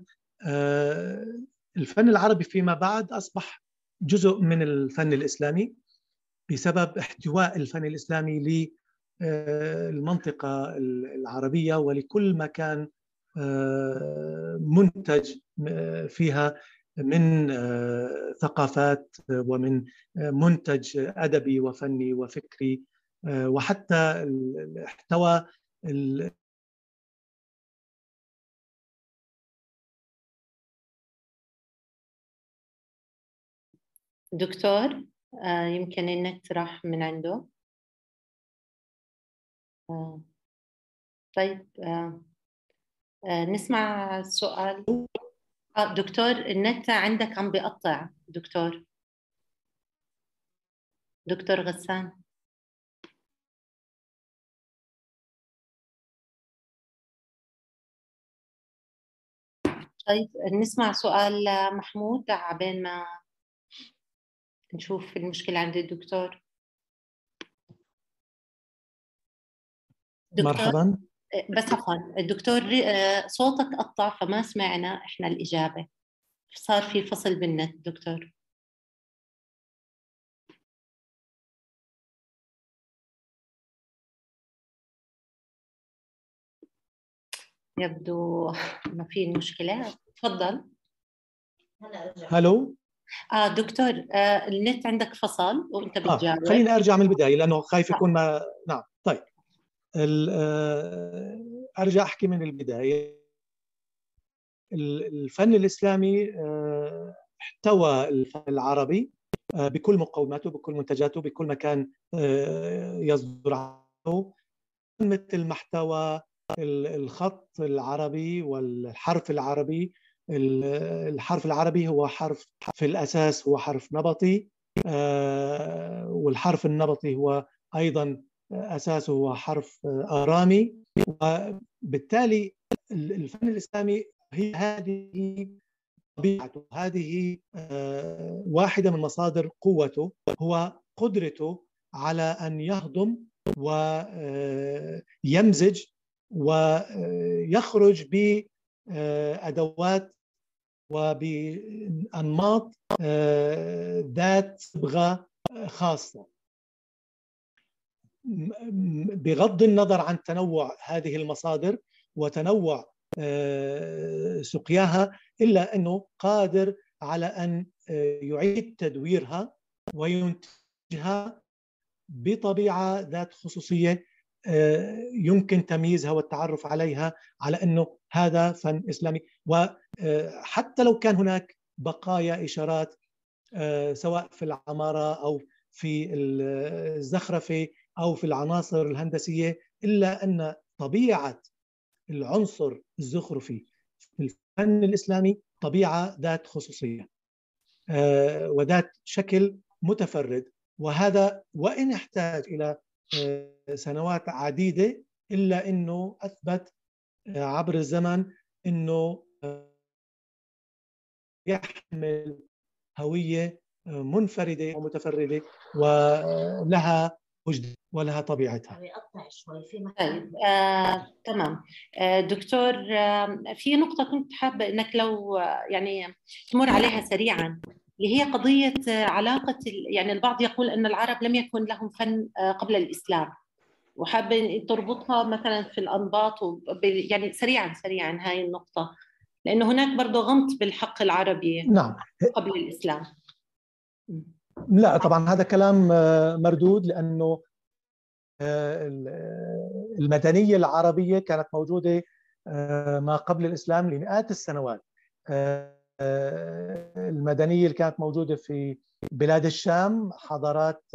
الفن العربي فيما بعد أصبح جزء من الفن الإسلامي بسبب احتواء الفن الإسلامي للمنطقة العربية ولكل مكان منتج فيها من ثقافات ومن منتج أدبي وفني وفكري، وحتى احتوى دكتور يمكن النت راح من عنده. طيب نسمع السؤال. دكتور النت عندك عم بيقطع. دكتور غسان. طيب نسمع سؤال محمود عبين ما نشوف المشكلة عند الدكتور. مرحبا. بس عفوا الدكتور صوتك قطع فما سمعنا احنا الإجابة، صار في فصل بالنت. دكتور يبدو ما في مشكلة. تفضل. هلو. دكتور النت عندك فصل وانت بتجاوب. خليني ارجع من البدايه لانه خايف يكون ما نعم. طيب ارجع احكي من البدايه. الفن الاسلامي احتوى الفن العربي بكل مقوماته، بكل منتجاته، بكل مكان يصدر عنه، مثل محتوى الخط العربي والحرف العربي. الحرف العربي هو حرف في الأساس هو حرف نبطي، والحرف النبطي هو أيضا أساسه هو حرف آرامي، وبالتالي الفن الإسلامي هي هذه طبيعته، هذه واحدة من مصادر قوته، هو قدرته على أن يهضم ويمزج ويخرج بأدوات وبأنماط ذات صبغة خاصة، بغض النظر عن تنوع هذه المصادر وتنوع سقياها، إلا أنه قادر على أن يعيد تدويرها وينتجها بطبيعة ذات خصوصية يمكن تمييزها والتعرف عليها على أنه هذا فن إسلامي. وحتى لو كان هناك بقايا إشارات سواء في العمارة أو في الزخرفة أو في العناصر الهندسية، إلا أن طبيعة العنصر الزخرفي في الفن الإسلامي طبيعة ذات خصوصية وذات شكل متفرد. وهذا وإن احتاج إلى سنوات عديدة إلا أنه أثبت عبر الزمن أنه يحمل هوية منفردة ومتفردة ولها وجد ولها طبيعتها. طيب تمام. دكتور، في نقطة كنت حابة أنك لو يعني تمر عليها سريعا، اللي هي قضية علاقة، يعني البعض يقول أن العرب لم يكن لهم فن قبل الإسلام، وحابة تربطها مثلا في الأنباط يعني سريعا هاي النقطة، لأنه هناك برضو غمط بالحق العربي. نعم. قبل الإسلام. لا طبعا هذا كلام مردود، لأنه المدنية العربية كانت موجودة ما قبل الإسلام لمئات السنوات. المدنية اللي كانت موجودة في بلاد الشام، حضارات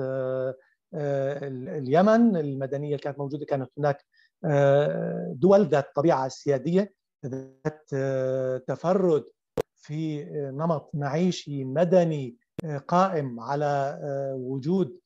اليمن، المدنية اللي كانت موجودة، كانت هناك دول ذات طبيعة سيادية، ذات تفرد في نمط معيشي مدني قائم على وجود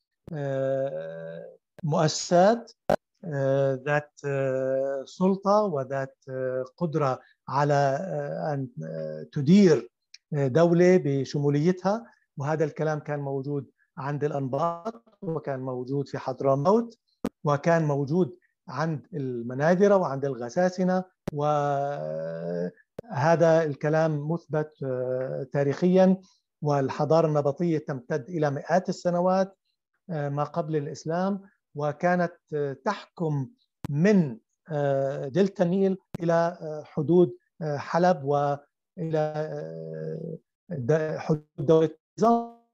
مؤسسات ذات سلطة وذات قدرة على أن تدير دولة بشموليتها. وهذا الكلام كان موجود عند الأنباط، وكان موجود في حضرموت، وكان موجود عند المناذرة وعند الغساسنة، وهذا الكلام مثبت تاريخيا. والحضارة النبطية تمتد إلى مئات السنوات ما قبل الإسلام، وكانت تحكم من دلتا النيل إلى حدود حلب وإلى حدود دولة بيزنطة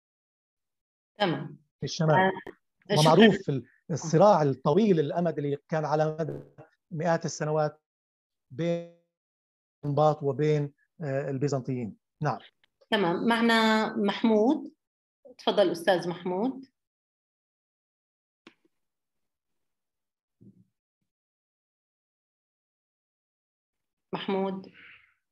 في الشمال. ومعروف الصراع الطويل الأمد اللي كان على مدى مئات السنوات بين الأنباط وبين البيزنطيين. نعم. تمام. معنا محمود. تفضل أستاذ محمود. محمود.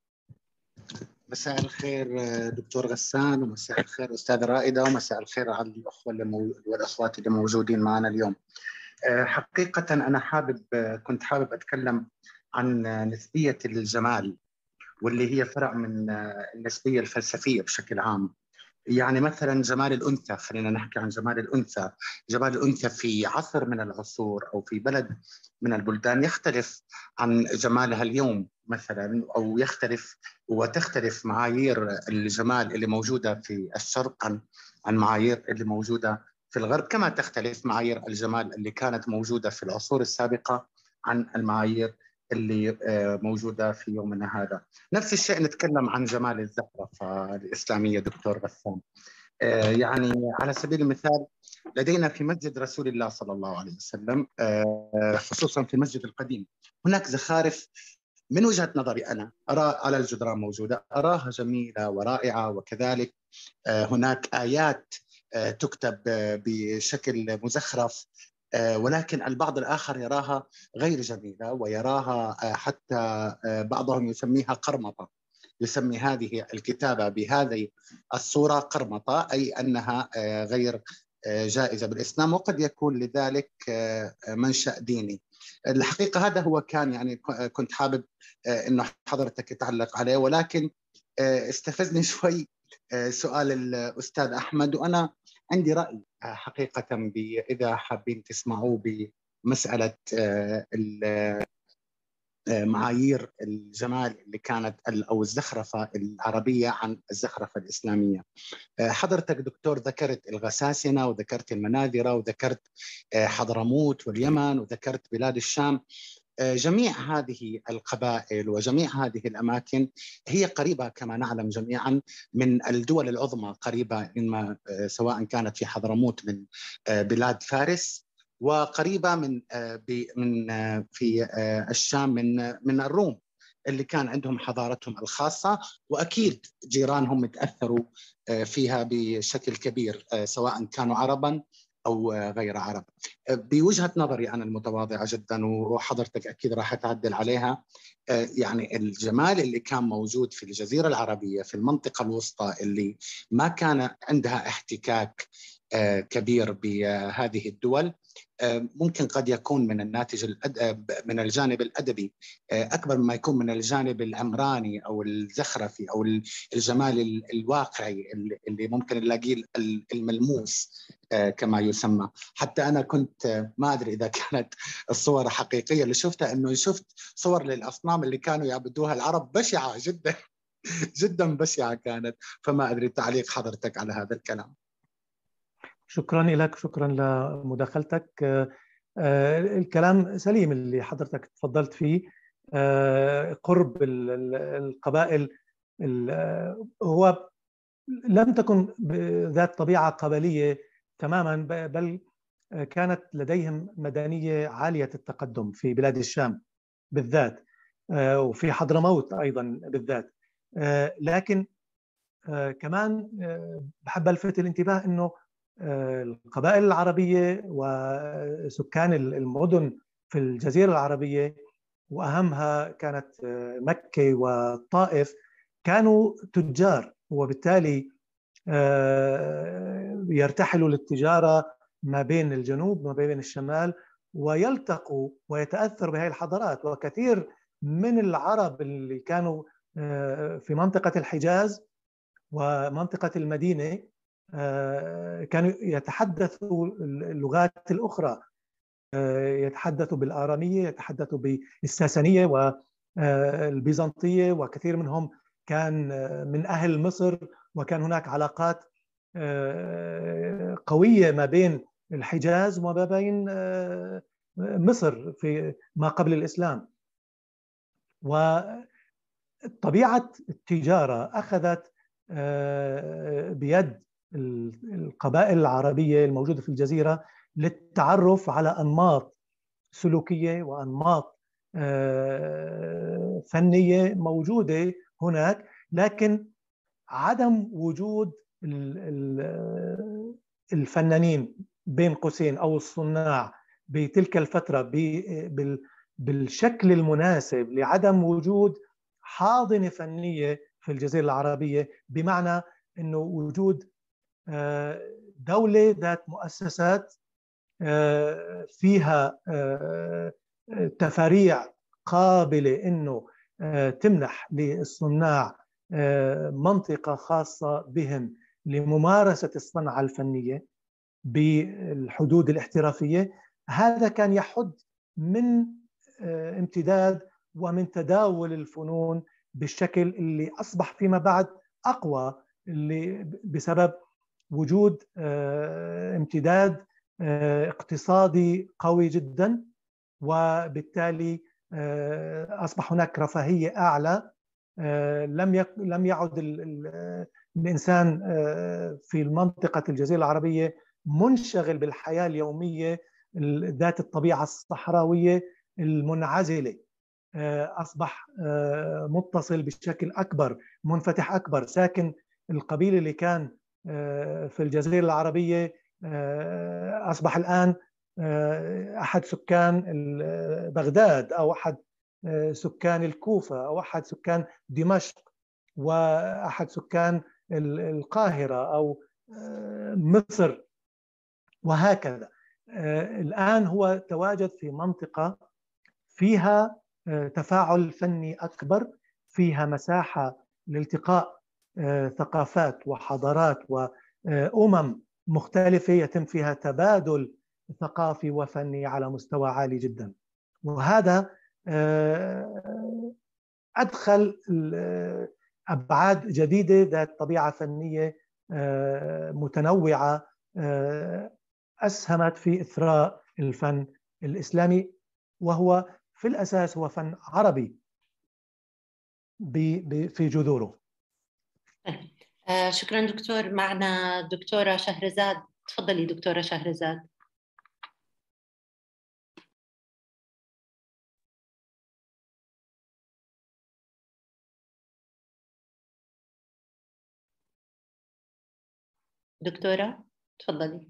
مساء الخير دكتور غسان، ومساء الخير أستاذ رائدة، ومساء الخير على الأخوة والأخوات اللي موجودين معنا اليوم. حقيقة أنا كنت حابب أتكلم عن نسبية الجمال، واللي هي فرع من النسبية الفلسفية بشكل عام. يعني مثلا جمال الأنثى، خلينا نحكي عن جمال الأنثى. جمال الأنثى في عصر من العصور أو في بلد من البلدان يختلف عن جمالها اليوم مثلا، أو وتختلف معايير الجمال اللي موجودة في الشرق عن معايير اللي موجودة في الغرب، كما تختلف معايير الجمال اللي كانت موجودة في العصور السابقة عن المعايير اللي موجودة في يومنا هذا. نفس الشيء نتكلم عن جمال الزخرفة الإسلامية دكتور غسان. يعني على سبيل المثال لدينا في مسجد رسول الله صلى الله عليه وسلم، خصوصا في المسجد القديم، هناك زخارف من وجهة نظري أنا أرى على الجدران موجودة، أراها جميلة ورائعة، وكذلك هناك آيات تكتب بشكل مزخرف، ولكن البعض الآخر يراها غير جميلة، ويراها حتى بعضهم يسميها قرمطة، يسمي هذه الكتابة بهذه الصورة قرمطة، أي أنها غير جائزة بالإسلام، وقد يكون لذلك منشأ ديني. الحقيقة هذا هو كان يعني كنت حابب أنه حضرتك تعلق عليه، ولكن استفزني شوي سؤال الأستاذ أحمد، وأنا عندي رأي حقيقة إذا حابين تسمعوا بمسألة معايير الجمال اللي كانت أو الزخرفة العربية عن الزخرفة الإسلامية. حضرتك دكتور ذكرت الغساسنة، وذكرت المناذرة، وذكرت حضرموت واليمن، وذكرت بلاد الشام. جميع هذه القبائل وجميع هذه الأماكن هي قريبة كما نعلم جميعا من الدول العظمى، قريبة إما سواء كانت في حضرموت من بلاد فارس، وقريبة في الشام من الروم اللي كان عندهم حضارتهم الخاصة، وأكيد جيرانهم تأثروا فيها بشكل كبير سواء كانوا عرباً أو غير عرب. بوجهة نظري أنا المتواضعة جداً، وحضرتك أكيد راح تعدل عليها، يعني الجمال اللي كان موجود في الجزيرة العربية في المنطقة الوسطى اللي ما كان عندها احتكاك كبير بهذه الدول، ممكن قد يكون من الناتج من الجانب الأدبي أكبر مما يكون من الجانب العمراني أو الزخرفي أو الجمال الواقعي اللي ممكن نلاقيه الملموس كما يسمى. حتى أنا كنت ما أدري إذا كانت الصور حقيقية اللي شفتها، أنه شفت صور للأصنام اللي كانوا يعبدوها العرب بشعة جدا جدا بشعة كانت. فما أدري تعليق حضرتك على هذا الكلام. شكرا لك، شكرا لمداخلتك. الكلام سليم اللي حضرتك تفضلت فيه. قرب القبائل هو لم تكن ذات طبيعة قبلية تماما، بل كانت لديهم مدنية عالية التقدم في بلاد الشام بالذات، وفي حضرموت أيضا بالذات. لكن كمان بحب ألفت الانتباه أنه القبائل العربية وسكان المدن في الجزيرة العربية، وأهمها كانت مكة والطائف، كانوا تجار، وبالتالي يرتحلوا للتجارة ما بين الجنوب وما بين الشمال، ويلتقوا ويتأثر بهذه الحضارات. وكثير من العرب اللي كانوا في منطقة الحجاز ومنطقة المدينة كانوا يتحدثوا اللغات الأخرى، يتحدثوا بالآرامية، يتحدثوا بالساسانية والبيزنطية، وكثير منهم كان من أهل مصر، وكان هناك علاقات قوية ما بين الحجاز وما بين مصر في ما قبل الإسلام. وطبيعة التجارة أخذت بيد القبائل العربية الموجودة في الجزيرة للتعرف على أنماط سلوكية وأنماط فنية موجودة هناك، لكن عدم وجود الفنانين بين قوسين أو الصناع بتلك الفترة بالشكل المناسب لعدم وجود حاضنة فنية في الجزيرة العربية، بمعنى أنه وجود دولة ذات مؤسسات فيها تفاريع قابلة أنه تمنح للصناع منطقة خاصة بهم لممارسة الصنعة الفنية بالحدود الاحترافية. هذا كان يحد من امتداد ومن تداول الفنون بالشكل اللي أصبح فيما بعد أقوى، اللي بسبب وجود امتداد اقتصادي قوي جدا، وبالتالي أصبح هناك رفاهية أعلى. لم يعد الإنسان في منطقة الجزيرة العربية منشغل بالحياة اليومية ذات الطبيعة الصحراوية المنعزلة، أصبح متصل بشكل أكبر، منفتح أكبر. ساكن القبيلة اللي كان في الجزيرة العربية أصبح الآن أحد سكان بغداد، أو أحد سكان الكوفة، أو أحد سكان دمشق، وأحد سكان القاهرة أو مصر، وهكذا. الآن هو تواجد في منطقة فيها تفاعل فني أكبر، فيها مساحة لالتقاء ثقافات وحضارات وأمم مختلفة، يتم فيها تبادل ثقافي وفني على مستوى عالي جدا. وهذا أدخل أبعاد جديدة ذات طبيعة فنية متنوعة، أسهمت في إثراء الفن الإسلامي، وهو في الأساس هو فن عربي في جذوره. شكرا دكتور. معنا دكتورة شهرزاد. تفضلي دكتورة شهرزاد. دكتورة تفضلي.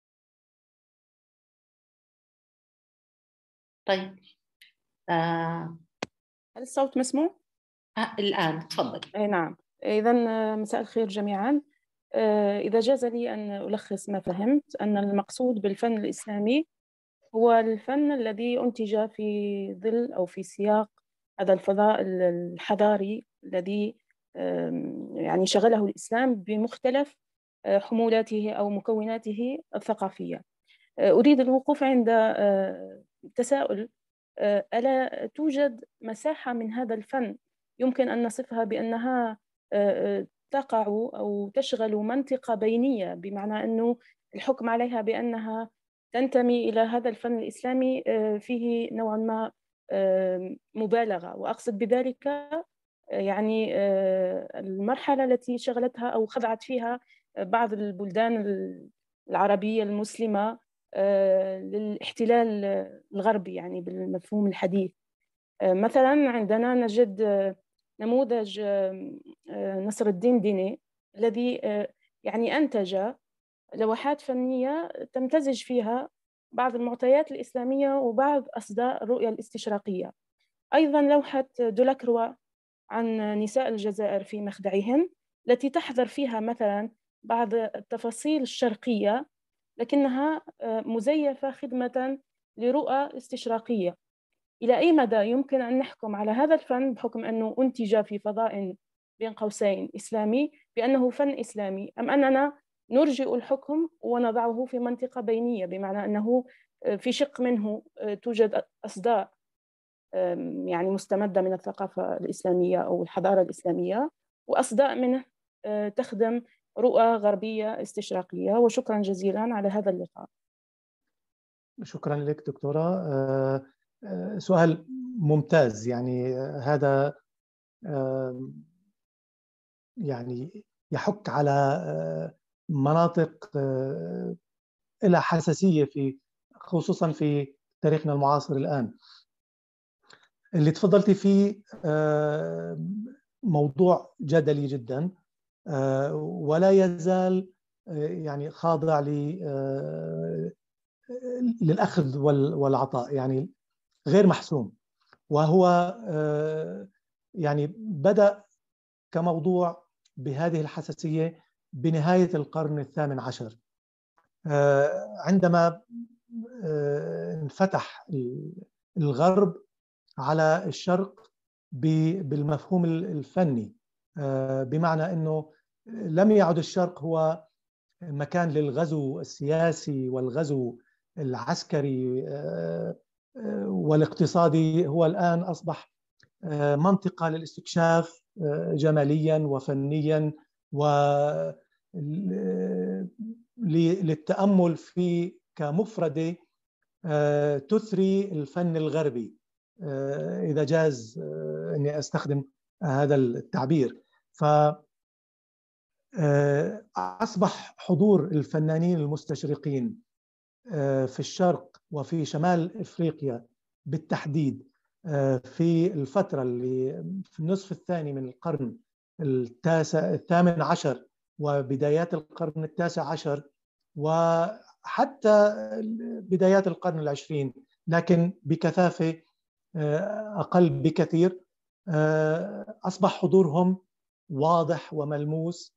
طيب هل الصوت مسموع؟ الآن تفضلي. أي نعم. إذا مساء الخير جميعا. إذا جاز لي أن ألخص ما فهمت، أن المقصود بالفن الإسلامي هو الفن الذي أنتج في ظل أو في سياق هذا الفضاء الحضاري الذي يعني شغله الإسلام بمختلف حمولاته أو مكوناته الثقافية. أريد الوقوف عند تساؤل: ألا توجد مساحة من هذا الفن يمكن أن نصفها بأنها تقع أو تشغل منطقة بينية، بمعنى أنه الحكم عليها بأنها تنتمي إلى هذا الفن الإسلامي فيه نوعا ما مبالغة؟ وأقصد بذلك يعني المرحلة التي شغلتها أو خضعت فيها بعض البلدان العربية المسلمة للاحتلال الغربي، يعني بالمفهوم الحديث. مثلا عندنا نجد نموذج نصر الدين ديني الذي يعني أنتج لوحات فنية تمتزج فيها بعض المعطيات الإسلامية وبعض أصداء الرؤية الاستشراقية. أيضا لوحة دولاكروا عن نساء الجزائر في مخدعهن، التي تحضر فيها مثلا بعض التفاصيل الشرقية لكنها مزيفة خدمة لرؤى استشراقية. إلى أي مدى يمكن أن نحكم على هذا الفن بحكم أنه أنتج في فضاء بين قوسين إسلامي بأنه فن إسلامي، أم أننا نرجئ الحكم ونضعه في منطقة بينية، بمعنى أنه في شق منه توجد أصداء يعني مستمدة من الثقافة الإسلامية أو الحضارة الإسلامية، وأصداء منه تخدم رؤى غربية استشراقية. وشكرا جزيلا على هذا اللقاء. شكرا لك دكتورة. سؤال ممتاز. يعني هذا يعني يحك على مناطق لها حساسية خصوصا في تاريخنا المعاصر الآن. اللي تفضلتي فيه موضوع جدلي جدا، ولا يزال يعني خاضع للأخذ والعطاء، يعني غير محسوم. وهو يعني بدأ كموضوع بهذه الحساسية بنهاية القرن الثامن عشر، عندما انفتح الغرب على الشرق بالمفهوم الفني، بمعنى أنه لم يعد الشرق هو مكان للغزو السياسي والغزو العسكري والاقتصادي، هو الآن أصبح منطقة للاستكشاف جماليا وفنيا وللتأمل في كمفردة تثري الفن الغربي، إذا جاز أني أستخدم هذا التعبير. فأصبح حضور الفنانين المستشرقين في الشرق وفي شمال إفريقيا بالتحديد في الفترة اللي في النصف الثاني من القرن الثامن عشر وبدايات القرن التاسع عشر وحتى بدايات القرن العشرين، لكن بكثافة أقل بكثير، أصبح حضورهم واضح وملموس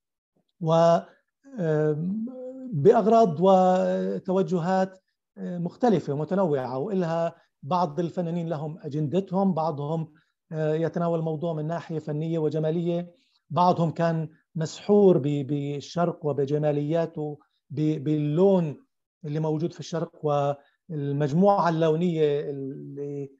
وبأغراض وتوجهات مختلفة ومتنوعة، وإلها بعض الفنانين لهم أجندتهم، بعضهم يتناول الموضوع من ناحية فنية وجمالية، بعضهم كان مسحور بالشرق وبجمالياته باللون اللي موجود في الشرق والمجموعة اللونية اللي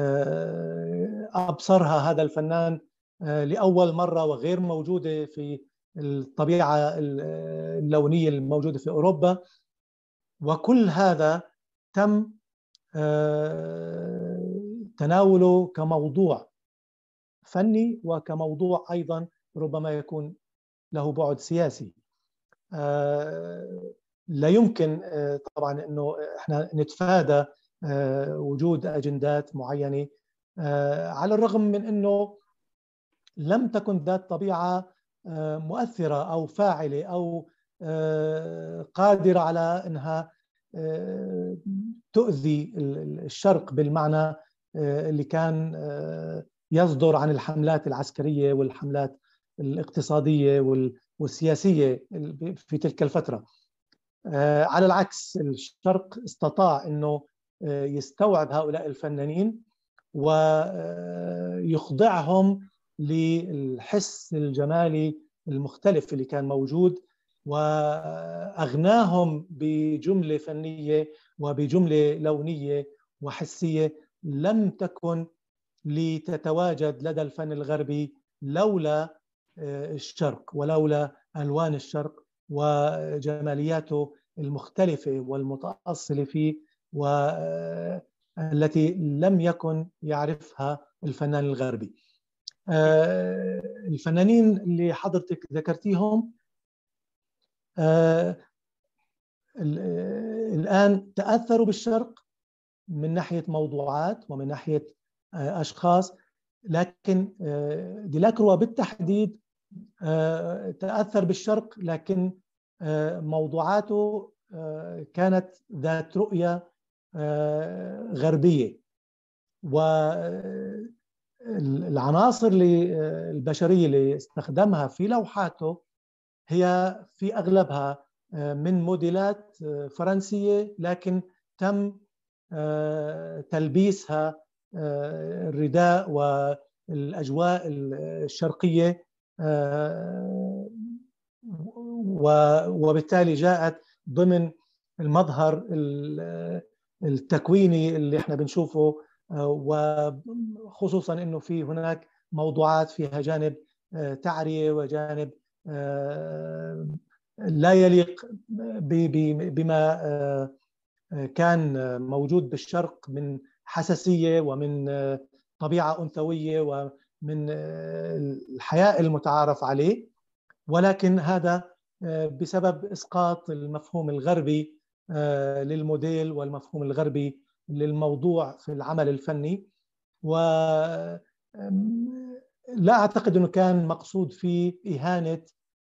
أبصرها هذا الفنان لأول مرة وغير موجودة في الطبيعة اللونية الموجودة في أوروبا. وكل هذا تم تناوله كموضوع فني وكموضوع أيضا ربما يكون له بعد سياسي. لا يمكن طبعا أنه احنا نتفادى وجود أجندات معينة، على الرغم من أنه لم تكن ذات طبيعة مؤثرة أو فاعلة أو قادرة على أنها تؤذي الشرق بالمعنى اللي كان يصدر عن الحملات العسكرية والحملات الاقتصادية والسياسية في تلك الفترة. على العكس الشرق استطاع أنه يستوعب هؤلاء الفنانين ويخضعهم للحس الجمالي المختلف اللي كان موجود، وأغناهم بجملة فنية وبجملة لونية وحسية لم تكن لتتواجد لدى الفن الغربي لولا الشرق ولولا ألوان الشرق وجمالياته المختلفة والمتأصلة فيه والتي لم يكن يعرفها الفنان الغربي. الفنانين اللي حضرتك ذكرتيهم الآن تأثروا بالشرق من ناحية موضوعات ومن ناحية أشخاص، لكن ديلاكروا بالتحديد تأثر بالشرق، لكن موضوعاته كانت ذات رؤية غربية، والعناصر البشرية اللي استخدمها في لوحاته هي في أغلبها من موديلات فرنسية، لكن تم تلبيسها الرداء والأجواء الشرقية، وبالتالي جاءت ضمن المظهر التكويني اللي احنا بنشوفه، وخصوصا انه في هناك موضوعات فيها جانب تعرية وجانب لا يليق بما كان موجود بالشرق من حساسية ومن طبيعة أنثوية ومن الحياء المتعارف عليه، ولكن هذا بسبب إسقاط المفهوم الغربي للموديل والمفهوم الغربي للموضوع في العمل الفني. ولا أعتقد أنه كان مقصود فيه إهانة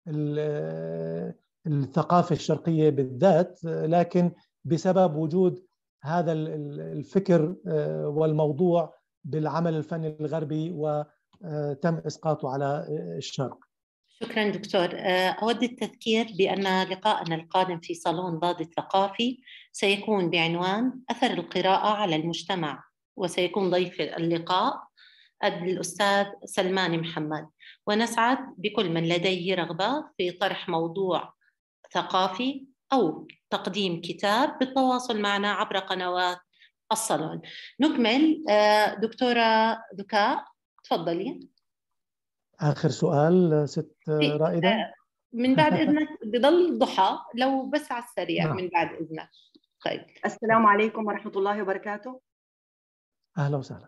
الثقافة الشرقية بالذات، لكن بسبب وجود هذا الفكر والموضوع بالعمل الفني الغربي وتم إسقاطه على الشرق. شكرا دكتور. أود التذكير بأن لقاءنا القادم في صالون ضاد الثقافي سيكون بعنوان أثر القراءة على المجتمع، وسيكون ضيف اللقاء الأستاذ سلمان محمد، ونسعد بكل من لديه رغبة في طرح موضوع ثقافي أو تقديم كتاب بالتواصل معنا عبر قنوات الصالون. نكمل. دكتورة دكاء تفضلي. آخر سؤال ست رائدة من بعد إذنك، بضل ضحى لو بس على السريع. من بعد إذنك. طيب. السلام عليكم ورحمة الله وبركاته. أهلا وسهلا.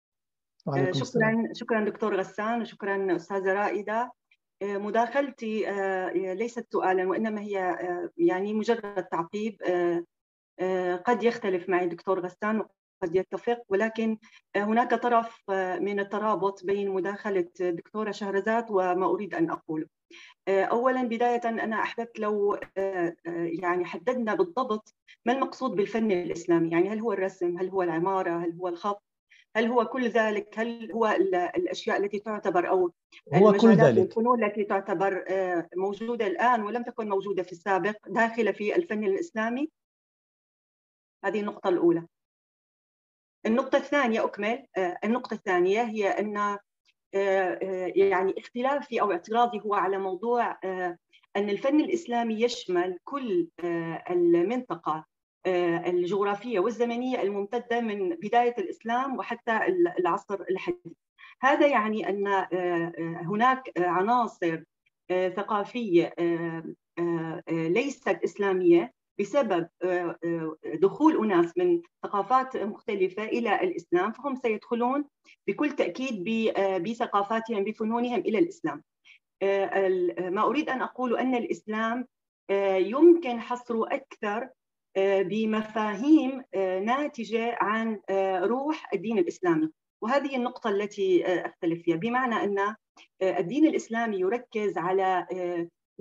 شكرا دكتور غسان، وشكرا أستاذة رائدة. مداخلتي ليست سؤالا وإنما هي يعني مجرد تعقيب. قد يختلف معي دكتور غسان وقد يتفق، ولكن هناك طرف من الترابط بين مداخلة دكتورة شهرزاد وما أريد أن أقوله. أولا بداية أنا أحببت لو يعني حددنا بالضبط ما المقصود بالفن الإسلامي، يعني هل هو الرسم، هل هو العمارة، هل هو الخط، هل هو كل ذلك، هل هو الأشياء التي تعتبر أو المجالات والفنون التي تعتبر موجودة الآن ولم تكن موجودة في السابق داخلة في الفن الإسلامي؟ هذه النقطة الأولى. النقطة الثانية أكمل. النقطة الثانية هي أن يعني اختلافي أو اعتراضي هو على موضوع أن الفن الإسلامي يشمل كل المنطقة الجغرافية والزمنية الممتدة من بداية الإسلام وحتى العصر الحديث. هذا يعني أن هناك عناصر ثقافية ليست إسلامية بسبب دخول أناس من ثقافات مختلفة إلى الإسلام، فهم سيدخلون بكل تأكيد بثقافاتهم بفنونهم إلى الإسلام. ما أريد أن أقول أن الإسلام يمكن حصره أكثر بمفاهيم ناتجة عن روح الدين الإسلامي، وهذه النقطة التي أختلف فيها، بمعنى أن الدين الإسلامي يركز على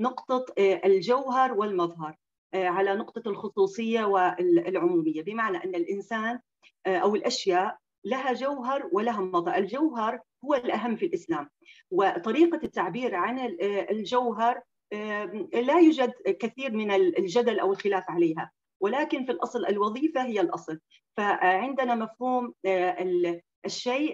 نقطة الجوهر والمظهر على نقطة الخصوصية والعمومية، بمعنى أن الإنسان أو الأشياء لها جوهر ولها مظهر. الجوهر هو الأهم في الإسلام، وطريقة التعبير عن الجوهر لا يوجد كثير من الجدل أو الخلاف عليها، ولكن في الأصل الوظيفة هي الأصل. فعندنا مفهوم الشيء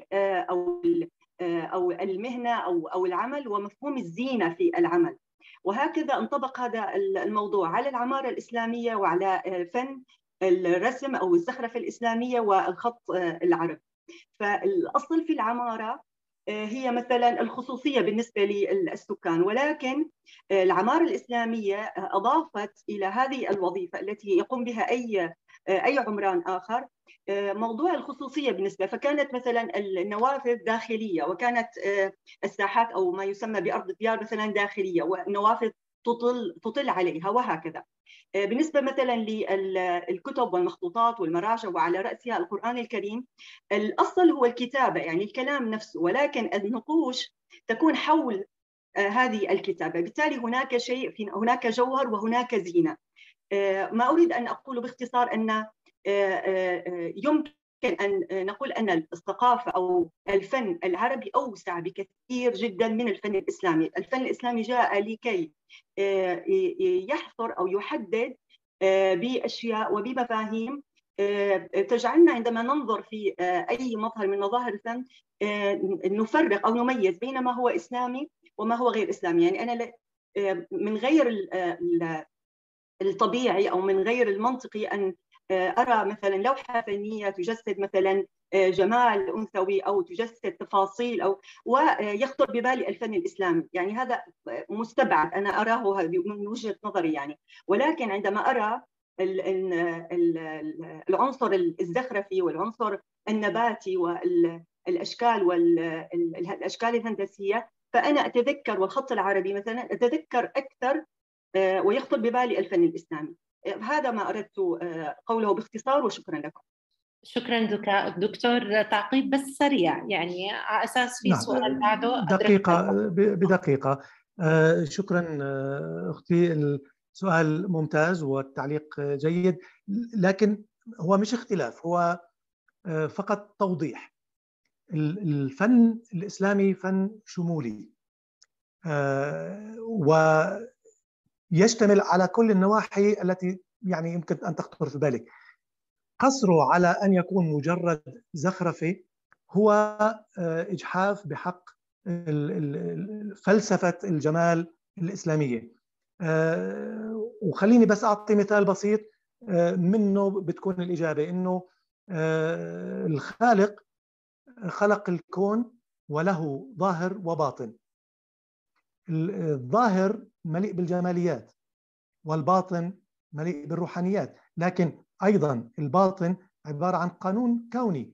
أو المهنة أو العمل، ومفهوم الزينة في العمل. وهكذا انطبق هذا الموضوع على العمارة الإسلامية وعلى فن الرسم أو الزخرفة الإسلامية والخط العربي. فالأصل في العمارة هي مثلا الخصوصية بالنسبة للسكان، ولكن العمارة الإسلامية أضافت إلى هذه الوظيفة التي يقوم بها أي عمران آخر موضوع الخصوصية بالنسبة. فكانت مثلا النوافذ داخلية، وكانت الساحات أو ما يسمى بأرض الديار مثلا داخلية، والنوافذ تطل عليها، وهكذا. بالنسبة مثلا للكتب والمخطوطات والمراجع وعلى رأسها القرآن الكريم، الأصل هو الكتابة يعني الكلام نفسه، ولكن النقوش تكون حول هذه الكتابة. بالتالي هناك جوهر وهناك زينة. ما أريد أن أقول باختصار أن يمكن أن نقول أن الثقافة أو الفن العربي أوسع بكثير جدا من الفن الإسلامي. الفن الإسلامي جاء لكي يحصر أو يحدد بأشياء وبمفاهيم تجعلنا عندما ننظر في أي مظهر من مظاهر الفن نفرق أو نميز بين ما هو إسلامي وما هو غير إسلامي. يعني أنا من غير الطبيعي أو من غير المنطقي أن أرى مثلا لوحة فنية تجسد مثلا جمال أنثوي أو تجسد تفاصيل ويخطر ببالي الفن الإسلامي. يعني هذا مستبعد، أنا أراه من وجهة نظري يعني. ولكن عندما أرى العنصر الزخرفي والعنصر النباتي والأشكال الهندسية، فأنا أتذكر، والخط العربي مثلا أتذكر أكثر ويخطر ببالي الفن الإسلامي. هذا ما أردت قوله باختصار، وشكرا لكم. شكرا دكتور. تعقيب بس سريع يعني على أساس في سؤال بعده. بدقيقة. شكرا أختي، السؤال ممتاز والتعليق جيد، لكن هو مش اختلاف، هو فقط توضيح. الفن الإسلامي فن شمولي ويشتمل على كل النواحي التي يعني يمكن أن تخطر في بالك. قصره على أن يكون مجرد زخرفة هو إجحاف بحق فلسفة الجمال الإسلامية. وخليني بس أعطي مثال بسيط منه بتكون الإجابة، إنه الخالق خلق الكون وله ظاهر وباطن. الظاهر مليء بالجماليات والباطن مليء بالروحانيات، لكن أيضا الباطن عبارة عن قانون كوني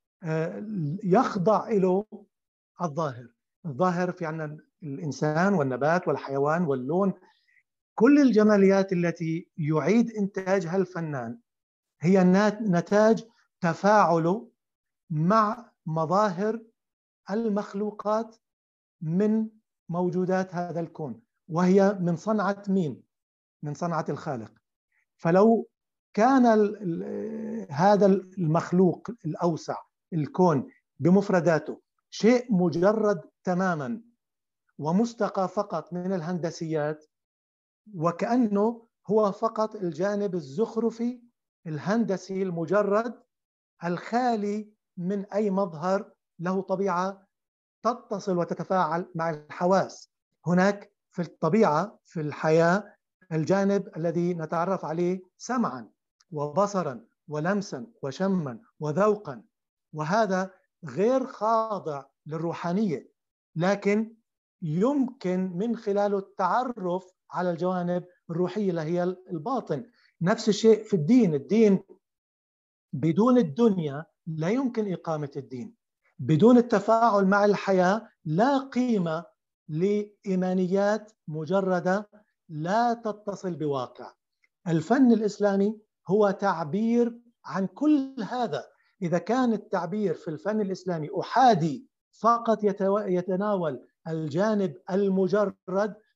يخضع له الظاهر في عنا الإنسان والنبات والحيوان واللون. كل الجماليات التي يعيد إنتاجها الفنان هي نتاج تفاعله مع مظاهر المخلوقات من موجودات هذا الكون، وهي من صنعة مين؟ من صنعة الخالق. فلو كان هذا المخلوق الأوسع، الكون بمفرداته، شيء مجرد تماما ومستقى فقط من الهندسيات، وكأنه هو فقط الجانب الزخرفي الهندسي المجرد الخالي من أي مظهر له طبيعة تتصل وتتفاعل مع الحواس. هناك في الطبيعة في الحياة الجانب الذي نتعرف عليه سمعا وبصرا ولمسا وشما وذوقا، وهذا غير خاضع للروحانية، لكن يمكن من خلاله التعرف على الجوانب الروحية اللي هي الباطن. نفس الشيء في الدين بدون الدنيا لا يمكن إقامة الدين. بدون التفاعل مع الحياة لا قيمة لإيمانيات مجردة لا تتصل بواقع. الفن الإسلامي هو تعبير عن كل هذا. إذا كان التعبير في الفن الإسلامي أحادي فقط يتناول الجانب المجرد،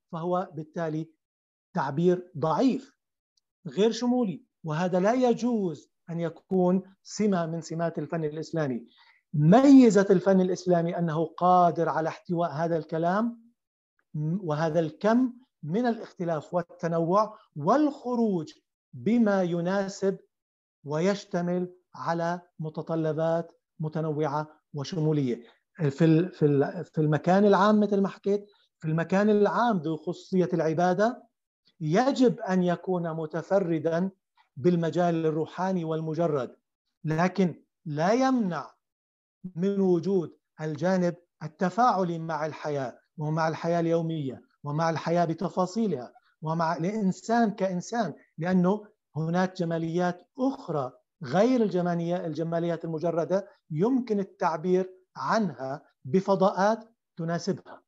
فهو بالتالي تعبير ضعيف غير شمولي، وهذا لا يجوز أن يكون سمة من سمات الفن الإسلامي. ميزة الفن الإسلامي أنه قادر على احتواء هذا الكلام وهذا الكم من الاختلاف والتنوع والخروج بما يناسب ويشتمل على متطلبات متنوعة وشمولية. في المكان العام مثل ما حكيت، في المكان العام ذو خصوصية العبادة يجب أن يكون متفردا بالمجال الروحاني والمجرد، لكن لا يمنع من وجود الجانب التفاعلي مع الحياة ومع الحياة اليومية ومع الحياة بتفاصيلها ومع الإنسان كإنسان، لأنه هناك جماليات أخرى غير الجماليات المجردة يمكن التعبير عنها بفضاءات تناسبها.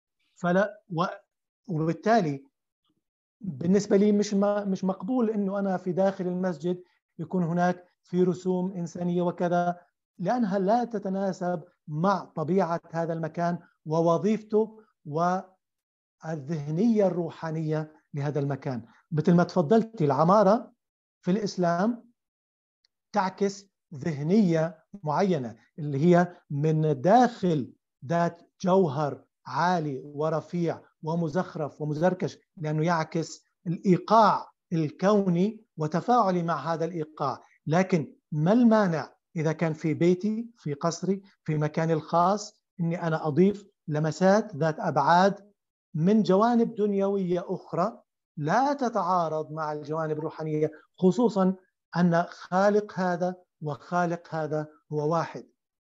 وبالتالي بالنسبة لي مش مقبول إنه أنا في داخل المسجد يكون هناك في رسوم إنسانية وكذا، لأنها لا تتناسب مع طبيعة هذا المكان ووظيفته والذهنية الروحانية لهذا المكان. مثل ما تفضلت، العمارة في الإسلام تعكس ذهنية معينة اللي هي من داخل ذات جوهر عالي ورفيع ومزخرف ومزركش، لأنه يعكس الإيقاع الكوني وتفاعلي مع هذا الإيقاع. لكن ما المانع إذا كان في بيتي، في قصري، في مكاني الخاص، أني أنا أضيف لمسات ذات أبعاد من جوانب دنيوية أخرى لا تتعارض مع الجوانب الروحانية، خصوصا أن خالق هذا وخالق هذا هو واحد.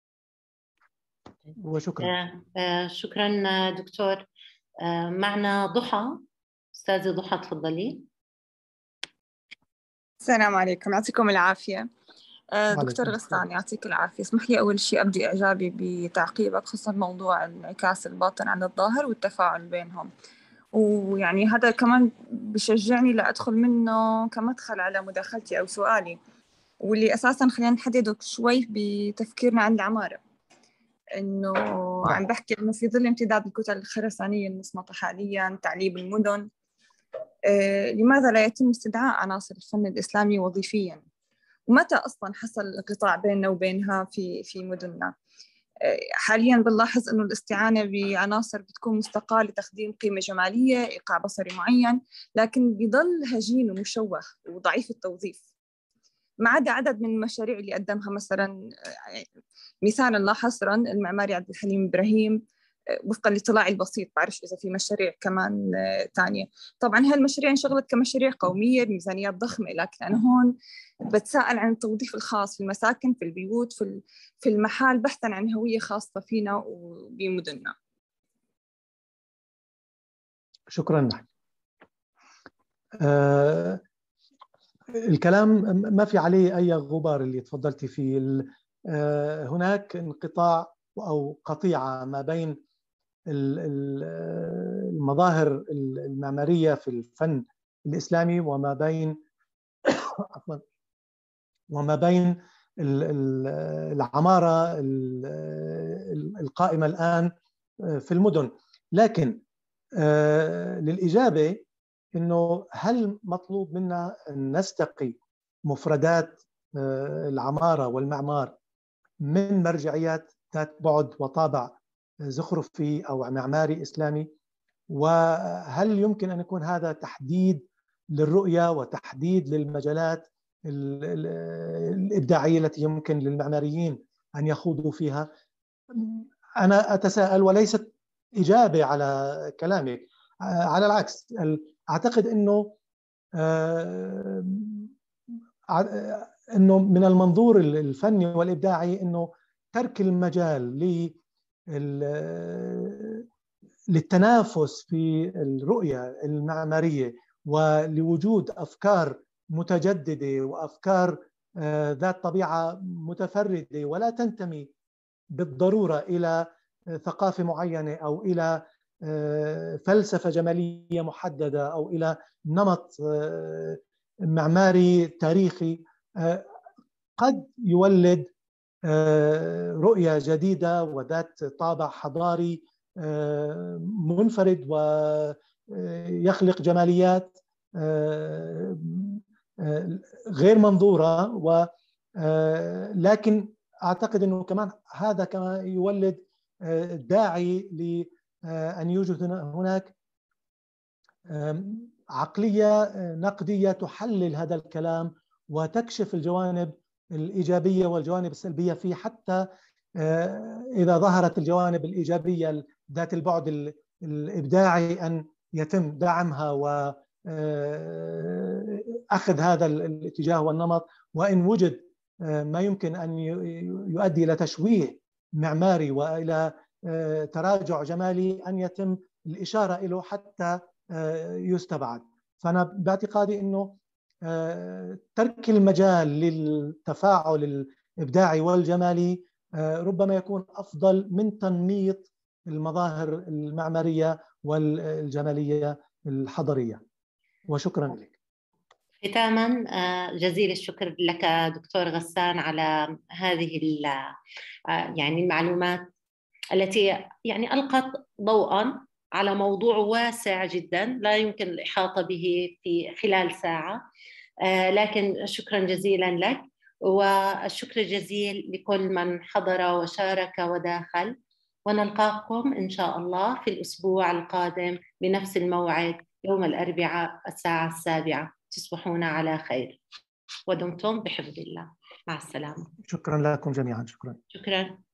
وشكرا. شكرا دكتور. معنا ضحى، أستاذة ضحى تفضلي. السلام عليكم، يعطيكم العافية. دكتور غسان يعطيك العافية. اسمح لي أول شيء أبدي إعجابي بتعقيبك خصوصا موضوع انعكاس الباطن عن الظاهر والتفاعل بينهم، ويعني هذا كمان بشجعني لأدخل منه كمدخل على مداخلتي أو سؤالي، واللي أساساً خلينا نحدده شوي بتفكيرنا عن العمارة. إنه عم بحكي إنه في ظل امتداد الكتل الخرسانية المصمتة حالياً، تعليب المدن، لماذا لا يتم استدعاء عناصر الفن الإسلامي وظيفياً؟ ومتى أصلاً حصل القطاع بيننا وبينها في مدننا؟ حالياً بنلاحظ إنه الاستعانة بعناصر بتكون مستقاة لتقديم قيمة جمالية، إيقاع بصري معين، لكن بيضل هجين ومشوه وضعيف التوظيف، ما عدا عدد من المشاريع اللي قدمها. مثلا مثالا لا حصرا المعماري عبد الحليم إبراهيم، وفقا لاطلاعي البسيط، بعرفش إذا في مشاريع كمان تانية. طبعا هالمشاريع انشغلت كمشاريع قومية بميزانيات ضخمة، لكن أنا هون بتساءل عن التوظيف الخاص في المساكن، في البيوت، في المحال، بحثا عن هوية خاصة فينا وبمدننا. شكرا. الكلام ما في عليه أي غبار اللي تفضلتي فيه. هناك انقطاع أو قطيعة ما بين المظاهر المعمارية في الفن الإسلامي وما بين العمارة القائمة الآن في المدن. لكن للإجابة إنه هل مطلوب منا أن نستقي مفردات العمارة والمعمار من مرجعيات ذات بعد وطابع زخرفي أو معماري إسلامي؟ وهل يمكن أن يكون هذا تحديد للرؤية وتحديد للمجالات الإبداعية التي يمكن للمعماريين أن يخوضوا فيها؟ أنا أتساءل وليست إجابة على كلامك، على العكس أعتقد أنه من المنظور الفني والإبداعي أنه ترك المجال للتنافس في الرؤية المعمارية ولوجود أفكار متجددة وأفكار ذات طبيعة متفردة ولا تنتمي بالضرورة إلى ثقافة معينة أو إلى فلسفة جمالية محددة أو إلى نمط معماري تاريخي، قد يولد رؤية جديدة وذات طابع حضاري منفرد يخلق جماليات غير منظورة، لكن أعتقد أنه كمان هذا كمان يولد داعي لأن يوجد هناك عقلية نقدية تحلل هذا الكلام وتكشف الجوانب الإيجابية والجوانب السلبية فيه، حتى إذا ظهرت الجوانب الإيجابية ذات البعد الإبداعي أن يتم دعمها وأخذ هذا الاتجاه والنمط، وإن وجد ما يمكن أن يؤدي إلى تشويه معماري وإلى تراجع جمالي أن يتم الإشارة إليه حتى يستبعد. فأنا باعتقادي أنه ترك المجال للتفاعل الإبداعي والجمالي ربما يكون أفضل من تنميط المظاهر المعمارية والجمالية الحضرية. وشكرا لك. ختاما جزيل الشكر لك دكتور غسان على هذه يعني المعلومات التي يعني ألقت ضوءا على موضوع واسع جدا لا يمكن الإحاطة به في خلال ساعة، لكن شكرا جزيلا لك، والشكر الجزيل لكل من حضر وشارك وداخل، ونلقاكم إن شاء الله في الأسبوع القادم بنفس الموعد يوم الأربعاء الساعة 7. تصبحون على خير ودمتم بحفظ الله. مع السلامة. شكرا لكم جميعا. شكرا.